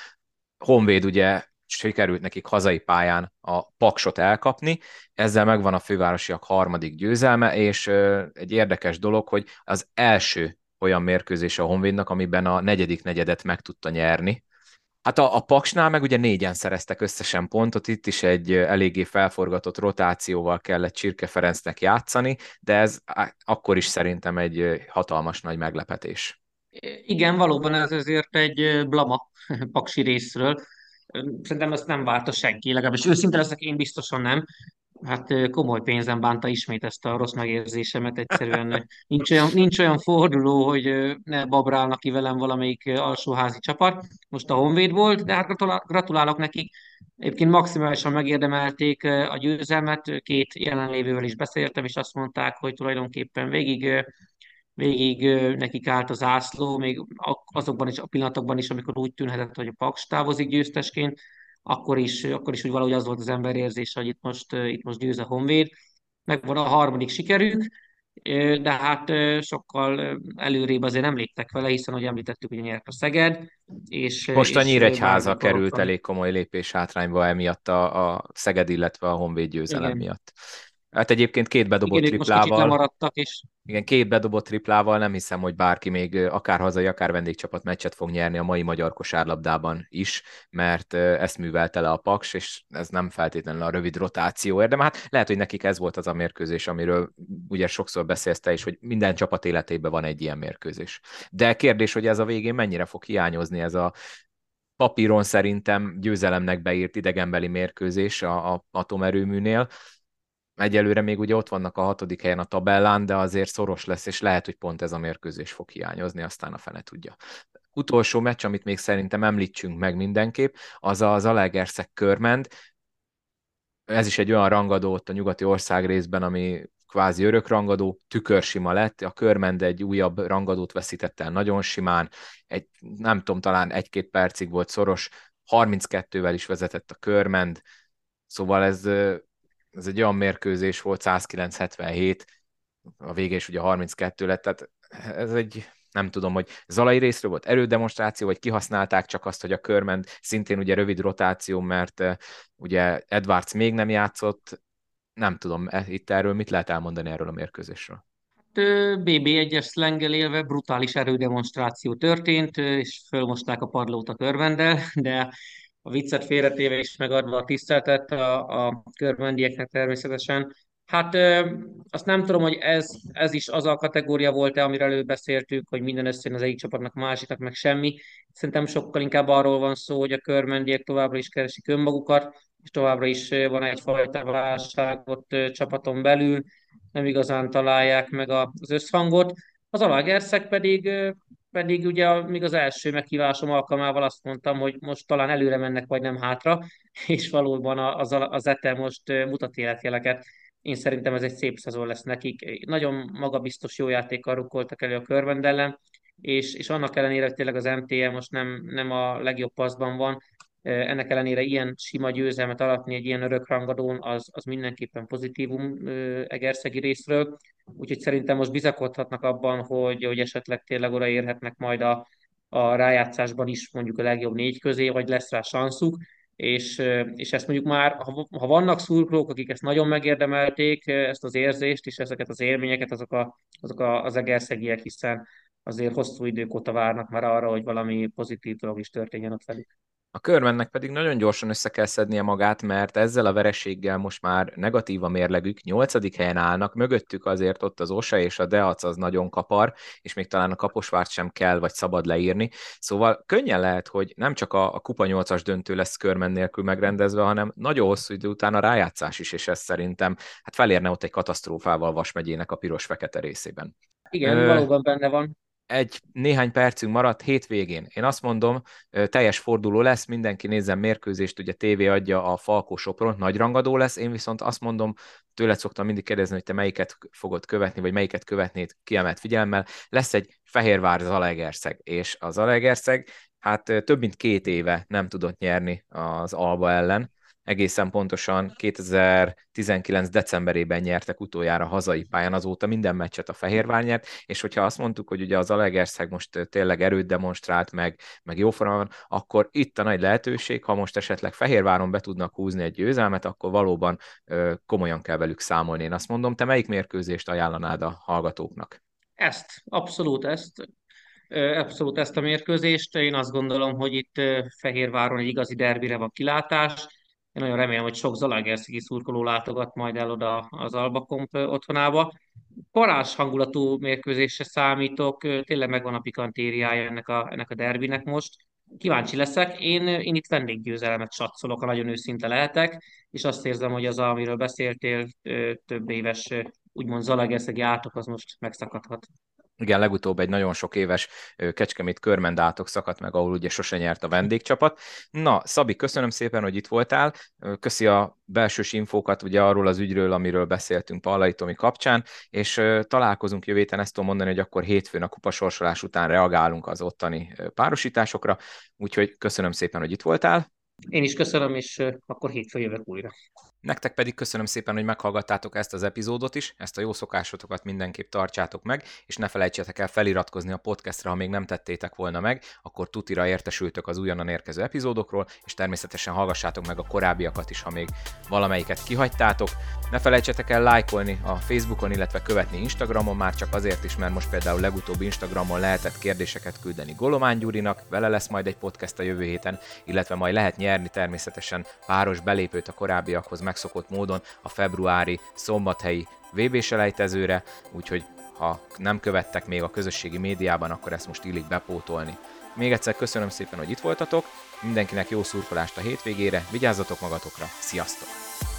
Honvéd ugye sikerült nekik hazai pályán a Paksot elkapni, ezzel megvan a fővárosiak harmadik győzelme, és egy érdekes dolog, hogy az első olyan mérkőzés a Honvédnak, amiben a negyedik negyedet meg tudta nyerni. Hát a, a Paksnál meg ugye négyen szereztek összesen pontot, itt is egy eléggé felforgatott rotációval kellett Csirke Ferencnek játszani, de ez akkor is szerintem egy hatalmas nagy meglepetés. Igen, valóban ez azért egy blama Paksi részről. Szerintem ezt nem várta senki, legalábbis őszinte leszek, én biztosan nem. Hát komoly pénzen bánta ismét ezt a rossz megérzésemet, egyszerűen nincs olyan, nincs olyan forduló, hogy ne babrálnak ki velem valamelyik alsóházi csapat. Most a Honvéd volt, de hát gratulálok nekik. Egyébként maximálisan megérdemelték a győzelmet, két jelenlévővel is beszéltem, és azt mondták, hogy tulajdonképpen végig végig nekik állt az zászló, még azokban is a pillanatokban is, amikor úgy tűnhetett, hogy a Paks távozik győztesként, akkor is, akkor is úgy valahogy az volt az ember érzése, hogy itt most, itt most győz a Honvéd. Megvan a harmadik sikerük, de hát sokkal előrébb azért nem léptek vele, hiszen, ahogy említettük, hogy nyert a Szeged, és, Most a és Nyíregyháza bármikor ott került van. elég komoly lépés hátrányba emiatt a, a Szeged, illetve a Honvéd győzelem Igen, miatt. Hát egyébként két bedobott igen, ők most kicsit triplával, lemaradtak, és igen, két bedobott triplával nem hiszem, hogy bárki még akár hazai, akár vendégcsapat meccset fog nyerni a mai magyar kosárlabdában is, mert ezt művelte le a Paks, és ez nem feltétlenül a rövid rotáció érdeme. Hát lehet, hogy nekik ez volt az a mérkőzés, amiről ugye sokszor beszélsz te is, hogy minden csapat életében van egy ilyen mérkőzés. De kérdés, hogy ez a végén mennyire fog hiányozni ez a papíron szerintem győzelemnek beírt idegenbeli mérkőzés a, a atomerőműnél. Egyelőre még ugye ott vannak a hatodik helyen a tabellán, de azért szoros lesz, és lehet, hogy pont ez a mérkőzés fog hiányozni, aztán a fene tudja. Utolsó meccs, amit még szerintem említsünk meg mindenképp, az a Zalaegerszeg Körmend. Ez is egy olyan rangadó ott a nyugati ország részben, ami kvázi örökrangadó, tükörsima lett, a Körmend egy újabb rangadót veszített el nagyon simán, egy, nem tudom, talán egy-két percig volt szoros, harminckettővel is vezetett a Körmend, szóval ez ez egy olyan mérkőzés volt, száz kilenc hetvenhét, a vége is ugye harminckettő lett, tehát ez egy, nem tudom, hogy Zalai részről volt erődemonstráció, vagy kihasználták csak azt, hogy a Körmend szintén ugye rövid rotáció, mert uh, ugye Edwards még nem játszott, nem tudom, e, itt erről mit lehet elmondani erről a mérkőzésről? bé bé egyes szlenggel élve brutális erődemonstráció történt, és fölmosták a padlót a Körvenddel, de a viccet félretéve és megadva a tiszteletet a, a körmendieknek természetesen. Hát azt nem tudom, hogy ez, ez is az a kategória volt-e, amiről előbb beszéltünk, hogy minden összejön az egyik csapatnak, másiknak, meg semmi. Szerintem sokkal inkább arról van szó, hogy a körmendiek továbbra is keresik önmagukat, és továbbra is van egyfajta válságot csapaton belül, nem igazán találják meg az összhangot. Az Zalaegerszeg pedig, pedig ugye még az első meghívásom alkalmával azt mondtam, hogy most talán előre mennek, vagy nem hátra, és valóban az, az Ete most mutat életjeleket. Én szerintem ez egy szép szezon lesz nekik. Nagyon magabiztos, jó játékkal rukkoltak elő a Körvend ellen, és, és annak ellenére, hogy tényleg az em té e most nem, nem a legjobb paszban van, ennek ellenére ilyen sima győzelmet aratni egy ilyen örökrangadón, az, az mindenképpen pozitívum egerszegi részről. Úgyhogy szerintem most bizakodhatnak abban, hogy, hogy esetleg tényleg odaérhetnek majd a, a rájátszásban is mondjuk a legjobb négy közé, vagy lesz rá sanszuk. És, és ezt mondjuk már, ha, ha vannak szurkolók, akik ezt nagyon megérdemelték, ezt az érzést és ezeket az élményeket, azok, a, azok a, az egerszegiek, hiszen azért hosszú idők óta várnak már arra, hogy valami pozitív dolog is történjen ott velük. A Körmennek pedig nagyon gyorsan össze kell szednie magát, mert ezzel a vereséggel most már negatív a mérlegük, nyolcadik helyen állnak, mögöttük azért ott az Osa és a Deac az nagyon kapar, és még talán a Kaposvárt sem kell vagy szabad leírni. Szóval könnyen lehet, hogy nem csak a, a kupa nyolcas döntő lesz Körmen nélkül megrendezve, hanem nagyon hosszú idő után a rájátszás is, és ez szerintem hát felérne ott egy katasztrófával Vas megyének a piros-fekete részében. Igen, Ö... valóban benne van. Egy néhány percünk maradt hétvégén. Én azt mondom, teljes forduló lesz, mindenki nézzen mérkőzést, ugye tévé adja a Falkó Sopron, nagy rangadó lesz, én viszont azt mondom, tőled szoktam mindig kérdezni, hogy te melyiket fogod követni, vagy melyiket követnéd kiemelt figyelemmel, lesz egy Fehérvár Zalaegerszeg, és a Zalaegerszeg hát több mint két éve nem tudott nyerni az Alba ellen, egészen pontosan kétezer-tizenkilenc decemberében nyertek utoljára hazai pályán, azóta minden meccset a Fehérvár nyert, és hogyha azt mondtuk, hogy ugye az Zalaegerszeg most tényleg erőt demonstrált, meg, meg jó formában, akkor itt a nagy lehetőség, ha most esetleg Fehérváron be tudnak húzni egy győzelmet, akkor valóban ö, komolyan kell velük számolni. Én azt mondom, te melyik mérkőzést ajánlanád a hallgatóknak? Ezt, abszolút ezt. Abszolút ezt a mérkőzést. Én azt gondolom, hogy itt Fehérváron egy igazi derbire van kilátás. Én nagyon remélem, hogy sok zalaegerszegi szurkoló látogat majd el oda az Albakomp otthonába. Parázs hangulatú mérkőzésre számítok, tényleg megvan a pikantériája ennek a, ennek a derbinek most. Kíváncsi leszek. Én, én itt vendéggyőzelmet satszolok, ha nagyon őszinte lehetek, és azt érzem, hogy az, amiről beszéltél, több éves úgymond zalaegerszegi átok, az most megszakadhat. Igen, legutóbb egy nagyon sok éves Kecskemét körmendátok szakadt meg, ahol ugye sose nyert a vendégcsapat. Na, Szabi, köszönöm szépen, hogy itt voltál. Köszi a belsős infókat ugye arról az ügyről, amiről beszéltünk Pallai Tomi kapcsán, és találkozunk jövő héten, ezt tudom mondani, hogy akkor hétfőn a kupasorsolás után reagálunk az ottani párosításokra, úgyhogy köszönöm szépen, hogy itt voltál. Én is köszönöm, és akkor hétfőn jövök újra. Nektek pedig köszönöm szépen, hogy meghallgattátok ezt az epizódot is, ezt a jó szokásotokat mindenképp tartsátok meg, és ne felejtsétek el feliratkozni a podcastra, ha még nem tettétek volna meg, akkor tutira értesültök az újonnan érkező epizódokról, és természetesen hallgassátok meg a korábbiakat is, ha még valamelyiket kihagytátok. Ne felejtsetek el lájkolni a Facebookon, illetve követni Instagramon, már csak azért is, mert most például legutóbb Instagramon lehetett kérdéseket küldeni Golomán Gyurinak, vele lesz majd egy podcast a jövő héten, illetve majd lehet nyerni természetesen páros belépőt a korábbiakhoz megszokott módon a februári szombathelyi vé bé-selejtezőre, úgyhogy ha nem követtek még a közösségi médiában, akkor ezt most illik bepótolni. Még egyszer köszönöm szépen, hogy itt voltatok, mindenkinek jó szurkolást a hétvégére, vigyázzatok magatokra, sziasztok!